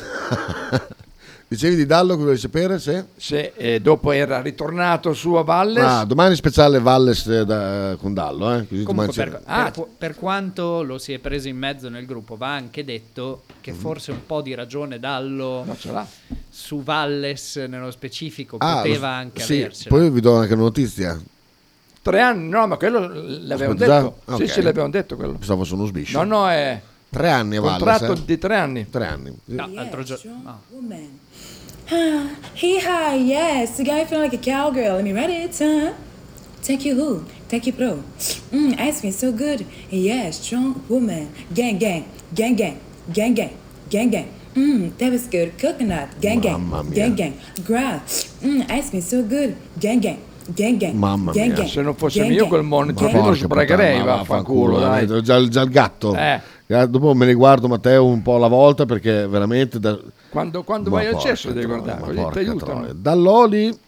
Dicevi di Dallo che volevi sapere se dopo era ritornato su a Valles. Domani speciale Valles con Dallo. Così comunque per quanto lo si è preso in mezzo nel gruppo, va anche detto che forse un po' di ragione Dallo su Valles nello specifico poteva anche avercela. Poi vi do anche una notizia. 3 anni, no, ma quello l'abbiamo detto. Okay. Sì, l'abbiamo detto quello. Pensavo fosse uno sbiscio. No, è 3 anni a Valles. Contratto di 3 anni. 3 anni. No, l'altro giorno. Yes, the guy feeling like a cowgirl. Let me write it, huh? Take you who? Take you pro. Ice cream so good. Yeah, strong woman. Gang, gang, gang, gang, gang, gang, gang, gang. That was good. Coconut. Gang, gang, gang, gang. Grass. Ice cream so good. Gang, gang. Gang, gang. Mamma gang, mia. gang. Se non fosse mio quel monitorino lo sbragherei, vaffanculo. Già il gatto. Dopo me ne guardo Matteo un po' alla volta perché veramente quando vai al cesso devi guardare, ti aiutano. Dall'Oli.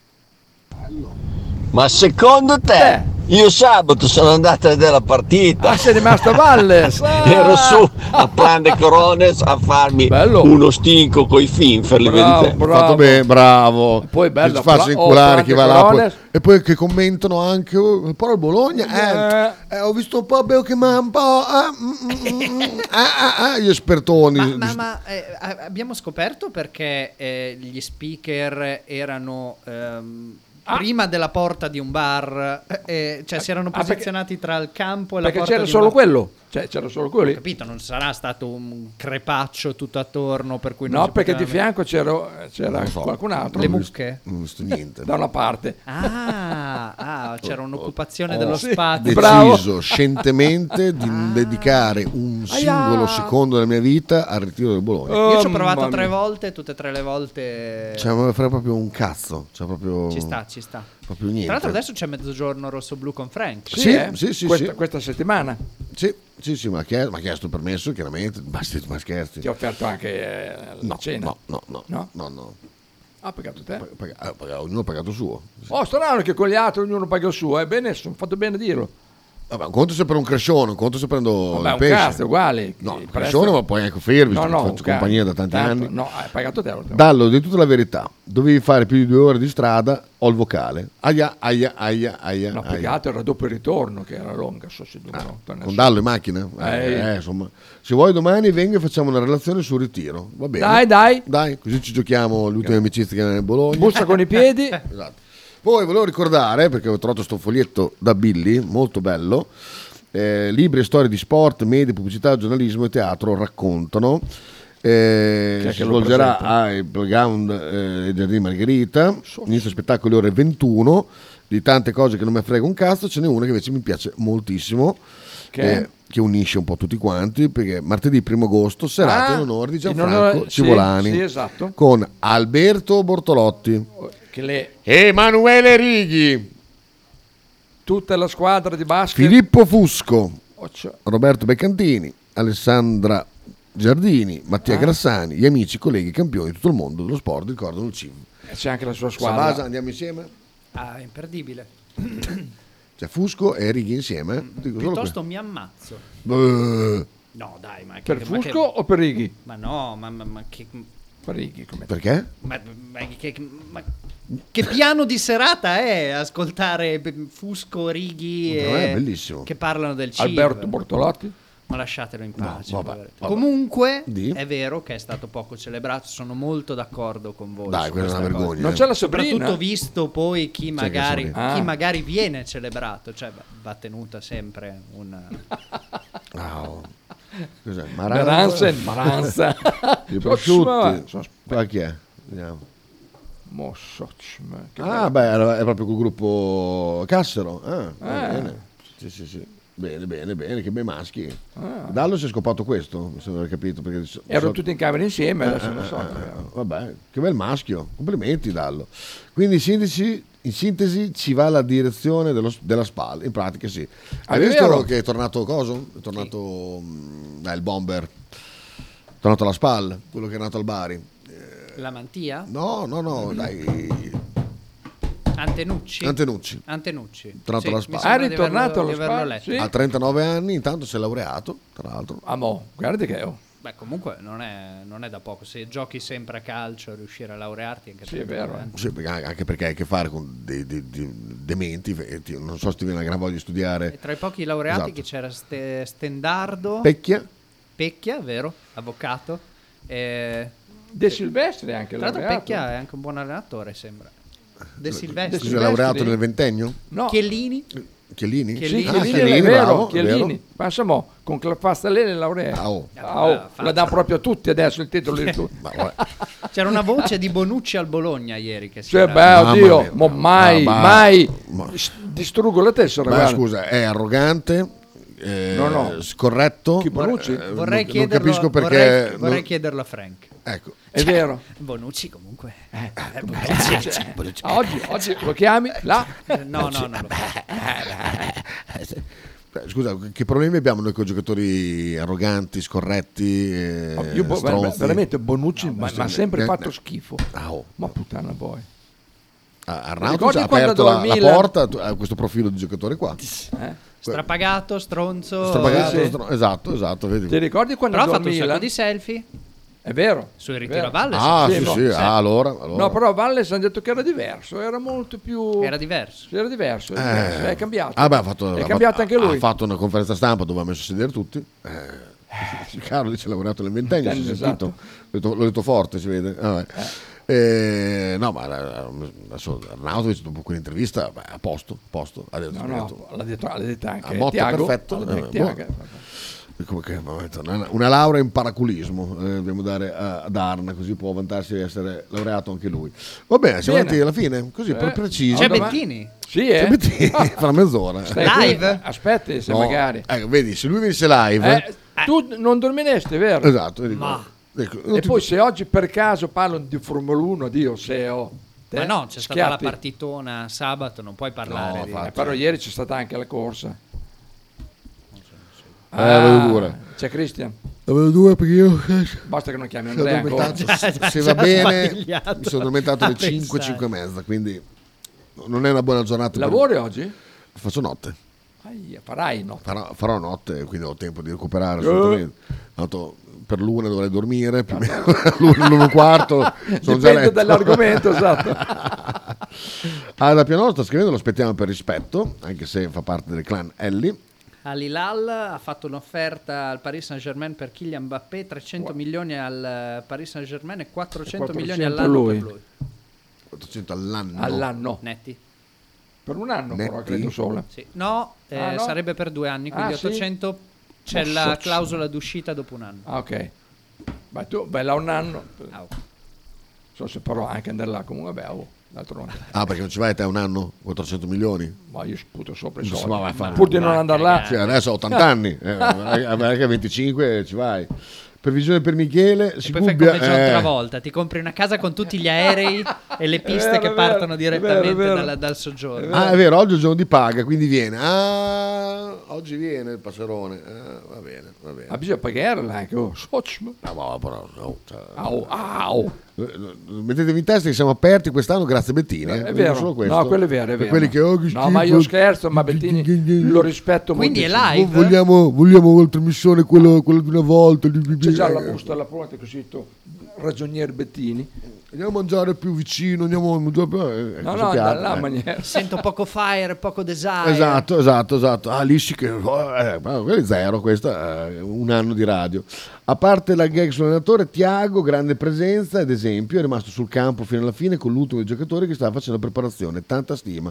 Ma secondo te io sabato sono andato a vedere la partita, sei rimasto a Valles. Ero su a Plan de Corones a farmi uno stinco coi finferli. Fatto bene, bravo. Poi bello, che faccia inculare chi va là e poi che commentano anche però il Bologna ho visto un po' che un po' gli espertoni. Ma abbiamo scoperto perché gli speaker erano prima della porta di un bar, cioè si erano posizionati tra il campo e la porta perché c'era di solo un bar. quello. Cioè c'era solo quello Ho lì. capito, non sarà stato un crepaccio tutto attorno per cui non No, si perché poteva di fianco c'era Non lo so. qualcun altro. Le mucche? Non ho visto niente. Da una parte. C'era un'occupazione Ho dello spazio. deciso scientemente di dedicare un singolo secondo della mia vita al ritiro del Bologna. Io ci ho provato 3 volte, tutte e 3 le volte. Cioè, mi frega proprio un cazzo. Cioè, proprio... Ci sta. Proprio niente. Tra l'altro adesso c'è Mezzogiorno Rosso-Blu con Frank. Sì. Questa settimana. Sì, mi ha chiesto il permesso, chiaramente. Ma scherzi. Ti ha offerto anche la cena? No. Ha pagato te? Ognuno ha pagato il suo. Oh, strano che con gli altri ognuno paga il suo. Bene, sono fatto bene a dirlo. Vabbè, un conto se per un crescione, un conto se prendo Vabbè, il un pesce. cazzo, è uguale. No, il crescione, ma poi anche offrirvi, faccio compagnia da tanti anni. No, hai pagato te. Dallo, di tutta la verità, dovevi fare più di 2 ore di strada, ho il vocale. Aia. No, più che altro era dopo il ritorno che era lunga. Con Dallo in macchina? Insomma. Se vuoi domani vengo e facciamo una relazione sul ritiro. Va bene. Dai, così ci giochiamo le ultime amicizie che hanno nel Bologna. Bussa con i piedi. Esatto. Poi volevo ricordare, perché ho trovato sto foglietto da Billy, molto bello. Libri e storie di sport, media, pubblicità, giornalismo e teatro raccontano. Si svolgerà al Playground Giardini Margherita. Inizio spettacolo alle ore 21. Di tante cose che non mi frega un cazzo, ce n'è una che invece mi piace moltissimo, che unisce un po' tutti quanti, perché martedì 1 agosto serata in onore di Gianfranco Civolani, sì, esatto. con Alberto Bortolotti, Emanuele Righi, tutta la squadra di basket, Filippo Fusco, Roberto Beccantini, Alessandra Giardini, Mattia Grassani, gli amici, colleghi, campioni di tutto il mondo dello sport ricordano il CIV. C'è anche la sua squadra. Sabasa, andiamo insieme? Imperdibile. Cioè Fusco e Righi insieme? Piuttosto mi ammazzo. Beh. No, dai, ma per Fusco o per Righi? Ma no, ma che... Per Righi, come... Perché? Ma che piano di serata è ascoltare Fusco, Righi è bellissimo. Che parlano del cibo. Alberto Bortolotti? Ma lasciatelo in pace. Vabbè. Comunque è vero che è stato poco celebrato, sono molto d'accordo con voi. Dai, quella è una vergogna. Non c'è la Sabrina. Soprattutto visto poi chi magari viene celebrato, cioè va tenuta sempre una... Cos'è? Maranza. I prosciutti. Qua chi è? Vediamo. È proprio col gruppo Cassero. Bene. Sì. Bene, che bei maschi. Dallo si è scopato questo, mi sembra aver capito. Erano tutti in camera insieme, adesso non so. Vabbè, che bel maschio. Complimenti, Dallo. Quindi in sintesi ci va la direzione della SPAL, in pratica sì. Hai visto che è tornato coso? È tornato il bomber. È tornato alla SPAL, quello che è nato al Bari. La Mantia? No, dai. Antenucci. Tornato alla SPAL. È ritornato alla SPAL? Sì. Ha 39 anni, intanto si è laureato, tra l'altro. Guarda che Beh, comunque non è da poco. Se giochi sempre a calcio, riuscire a laurearti anche è vero. Sì, anche perché hai a che fare con dei dementi. Non so se ti viene una gran voglia di studiare. E tra i pochi laureati che c'era Stendardo. Pecchia, vero? Avvocato. De Silvestri anche tra l'altro laureato. Pecchia è anche un buon allenatore, sembra. De Silvestri. Si è laureato nel ventennio? No. Chiellini? Chiellini è vero, Chiellini. Passamo con Clafastalene laurea. La dà proprio a tutti adesso il titolo di tutti. C'era una voce di Bonucci al Bologna ieri che oddio, mai distruggo la tessera. Scusa, è arrogante. Scorretto. Vorrei chiederlo a Frank. Ecco. È vero. Bonucci comunque. Bonucci. Oggi lo chiami là? No, non lo Scusa, che problemi abbiamo noi con giocatori arroganti, scorretti, stronzi? Veramente Bonucci mi ha sempre fatto schifo. Ma puttana poi. Arnautovic ha aperto la porta a questo profilo di giocatore qua. Strapagato, stronzo. Esatto. Vedi. Ti ricordi quando ha fatto un sacco di selfie? È vero. Sul ritiro a Valle. Sì. Allora. No, però a Valle hanno detto che era diverso, era molto più... Era diverso. È cambiato. È cambiato anche lui. Ha fatto una conferenza stampa dove ha messo a sedere tutti. Carlo dice ha lavorato nel ventennio, si è sentito. L'ho detto forte, si vede. No, ma adesso Arnautovic dopo quell'intervista a posto. Ha detto, l'ha detto anche a Motta Tiago, perfetto. Una laurea in paraculismo dobbiamo dare ad Arna, così può vantarsi di essere laureato anche lui. Va bene, siamo arrivati alla fine, così per preciso. C'è Bettini? Sì, C'è Bettini fra mezz'ora. Live? Aspetti, se magari. Vedi, se lui venisse live... Tu non dormiresti, vero? Esatto. E poi se oggi per caso parlano di Formula 1, Dio seo. Ma no, c'è stata la partitona sabato, non puoi parlare però ieri c'è stata anche la corsa. Avevo due. C'è Christian. Avevo due perché io basta che non chiami Andrea. Se va bene, mi sono addormentato alle 5 e mezza, quindi non è una buona giornata. Lavori oggi? Faccio notte. Farai notte. Farò notte, quindi ho tempo di recuperare assolutamente. Tanto per l'una dovrei dormire, più o meno l'uno e quarto sono già letto. Dipende dall'argomento, esatto. La Pianola sta scrivendo, lo aspettiamo per rispetto, anche se fa parte del clan Ellie. Al-Hilal ha fatto un'offerta al Paris Saint-Germain per Kylian Mbappé, 300 milioni al Paris Saint-Germain e 400 milioni all'anno per lui. 400 all'anno? All'anno. Netti. Per un anno Netti? però, credo solo. Sì. No, sarebbe per 2 anni, quindi 800 sì? c'è la clausola d'uscita dopo un anno. Ok. Ma tu, bella un anno. So se però anche andare là, comunque d'altronde. Perché non ci vai te un anno? 400 milioni? Ma io sputo sopra i Non si soldi. va a fare. Pur di non andare là. Sì, adesso ho 80 anni, anche a 25 ci vai. Previsione per Michele. E poi fai come John Travolta, ti compri una casa con tutti gli aerei e le piste che partono direttamente dal soggiorno. È vero, oggi è il giorno di paga, quindi viene. Oggi viene il passerone. Va bene. Ma bisogna pagarla anche. Mettetevi in testa che siamo aperti quest'anno grazie a Bettini. È vero. Solo questo. No, quello è vero. Per quelli che no, ma io scherzo, ma Bettini lo rispetto molto. Quindi è live? Vogliamo la trasmissione quello di una volta. C'è già la busta alla pronta così tu, ragionier Bettini. Andiamo a mangiare più vicino, andiamo a mangiare la maniera. Sento poco fire, poco desire. Esatto. Lì sì che quello è zero, questo è un anno di radio. A parte la gag sull'allenatore, Tiago, grande presenza ed esempio, è rimasto sul campo fino alla fine con l'ultimo dei giocatori che stava facendo preparazione, tanta stima.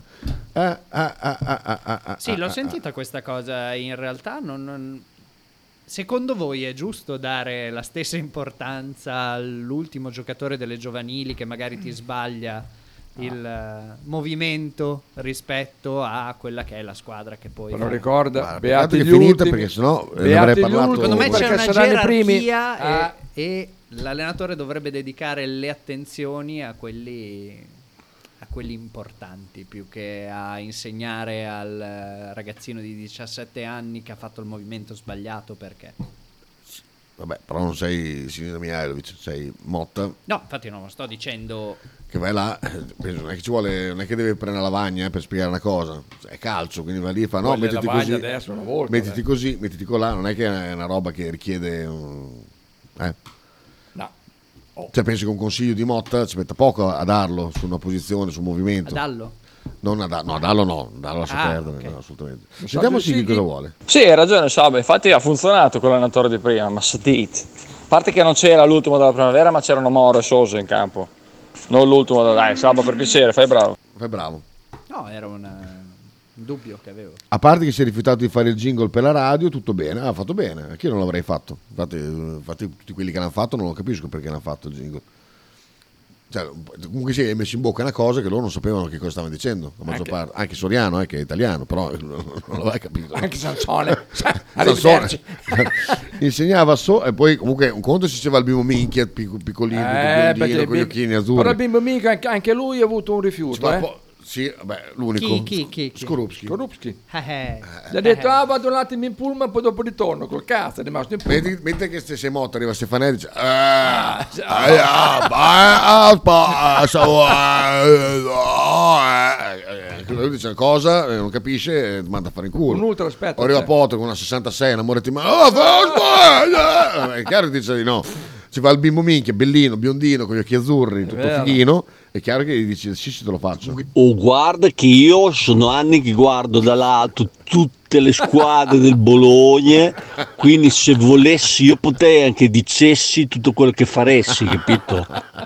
Sì, l'ho sentita questa cosa, in realtà secondo voi è giusto dare la stessa importanza all'ultimo giocatore delle giovanili che magari ti sbaglia il movimento rispetto a quella che è la squadra che poi lo ricorda? Beati gli ultimi, perché sennò ne avrei parlato. Secondo me c'è una gerarchia e l'allenatore dovrebbe dedicare le attenzioni a quelli importanti più che a insegnare al ragazzino di 17 anni che ha fatto il movimento sbagliato perché. Vabbè, però non sei Sinisa Mihajlovic, sei Motta. No, infatti non lo sto dicendo. Che vai là, non è che ci vuole, non è che deve prendere la lavagna per spiegare una cosa, è calcio, quindi va lì e fa no, mettiti così, adesso, volta, mettiti così, mettiti colà, non è che è una roba che richiede no. Cioè pensi che un consiglio di Motta ci metta poco a darlo su una posizione, su un movimento. A darlo? Non a darlo no, darlo lascia perdere, okay. No, assolutamente. Sentiamo Sighi cosa vuole. Sì, hai ragione Saba, infatti ha funzionato con l'allenatore di prima, ma Sadit. A parte che non c'era l'ultimo della primavera, ma c'erano Mauro e Sosa in campo. Non l'ultimo, dai, Saba, per piacere, fai bravo. No, era un dubbio che avevo. A parte che si è rifiutato di fare il jingle per la radio, tutto bene, ha fatto bene, anche io non l'avrei fatto. Infatti tutti quelli che l'hanno fatto non lo capisco perché l'hanno fatto il jingle. Cioè, comunque si è messo in bocca una cosa che loro non sapevano che cosa stavano dicendo, la maggior parte. Anche Soriano, che è italiano, però non l'aveva capito. Anche Sansone. Insegnava e poi comunque un conto si diceva il bimbo minchia, piccolino, biondino, con gli occhini azzurri. Però il bimbo minchia anche lui ha avuto un rifiuto. Sì, vabbè, l'unico. Chi? Skorupski. Gli ha detto, vado un attimo in pullman, poi dopo ritorno, col cazzo, è rimasto in pullman. Mentre che se Motta arriva a Stefanelli, dice, lui dice una cosa, non capisce, manda a fare in culo. Un ultra aspetta. Arriva Potter con una 66, una morettima, è chiaro che dice di no. Ci fa il bimbo minchia, bellino, biondino, con gli occhi azzurri, tutto fighino. È chiaro che gli dici sì, te lo faccio. Guarda che io sono anni che guardo dall'alto tutti tutte le squadre del Bologna, quindi se volessi io potrei anche dicessi tutto quello che faresti, capito?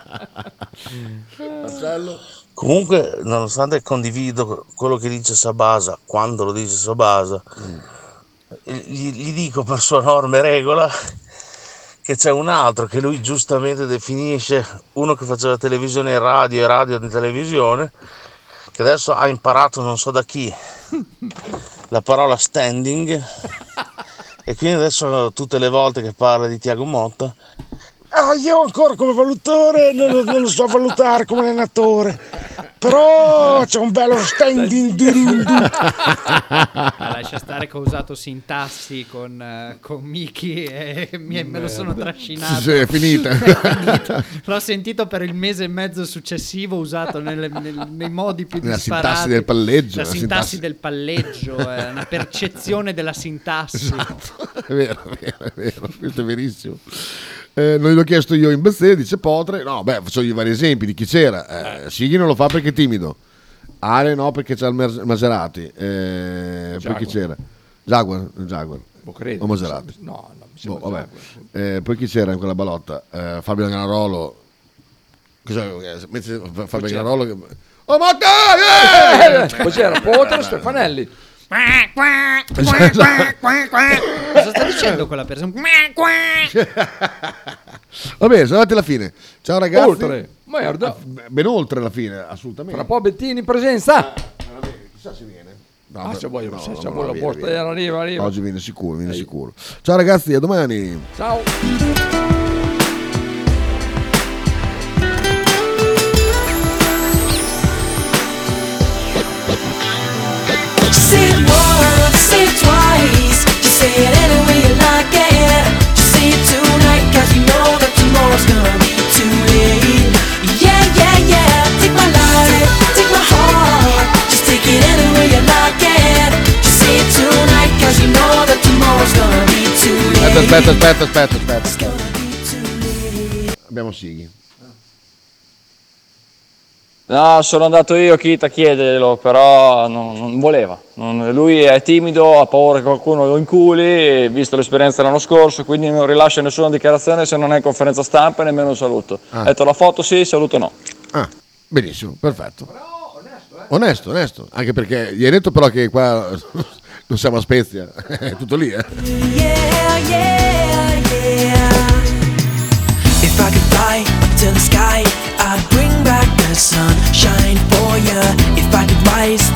Marcello? Comunque, nonostante condivido quello che dice Sabasa, quando lo dice Sabasa, gli dico per sua norma e regola che c'è un altro che lui giustamente definisce uno che faceva televisione e radio di televisione, che adesso ha imparato non so da chi la parola standing, e quindi adesso tutte le volte che parla di Thiago Motta, io ancora come valutore non lo so valutare come allenatore, però c'è un bello standing. Lascia stare che ho usato sintassi con Miki e me lo sono trascinato. Sì, è finita. L'ho sentito per il mese e mezzo successivo, usato nei modi più disparati. La sintassi del palleggio. La sintassi del palleggio, una percezione della sintassi. Esatto. È vero, questo è verissimo. Non gliel'ho chiesto io in Bezzè, dice Potre. No, beh, faccio i vari esempi di chi c'era. Sighi non lo fa perché è timido. Ale no, perché c'ha il Maserati. Poi chi c'era? Jaguar. O Maserati? No, mi sembra vabbè. Poi chi c'era in quella balotta? Fabio Granarolo. Fabio Granarolo. Oh, Matteo! Poi c'era Potre, Stefanelli. Cosa sta dicendo quella persona? Va bene, sono andati alla fine. Ciao ragazzi. Oltre. Merda. Ben oltre la fine, assolutamente. Tra un po' Bettini in presenza. Chissà se viene. No, se vuoi, se vuoi la porta, arriva. Oggi viene sicuro, Ciao ragazzi, a domani. Ciao. Say it once, say it twice, just say it any way you like it. Just say it tonight, cause you know that tomorrow's gonna be too late. Yeah, take my life, take my heart, just take it any way you like it. Just say it tonight, cause you know that tomorrow's gonna be too late. Aspetta. Abbiamo Sighi. No, sono andato io, Kita, a chiederglielo, però non voleva. Lui è timido, ha paura che qualcuno lo inculi, visto l'esperienza dell'anno scorso, quindi non rilascia nessuna dichiarazione se non è in conferenza stampa e nemmeno un saluto. Ha detto la foto sì, saluto no. Benissimo, perfetto. Però onesto, anche perché gli hai detto però che qua non siamo a Spezia, è tutto lì, Yeah. If I could fly up to the sky, I'd bring back the sunshine for you. If I could rise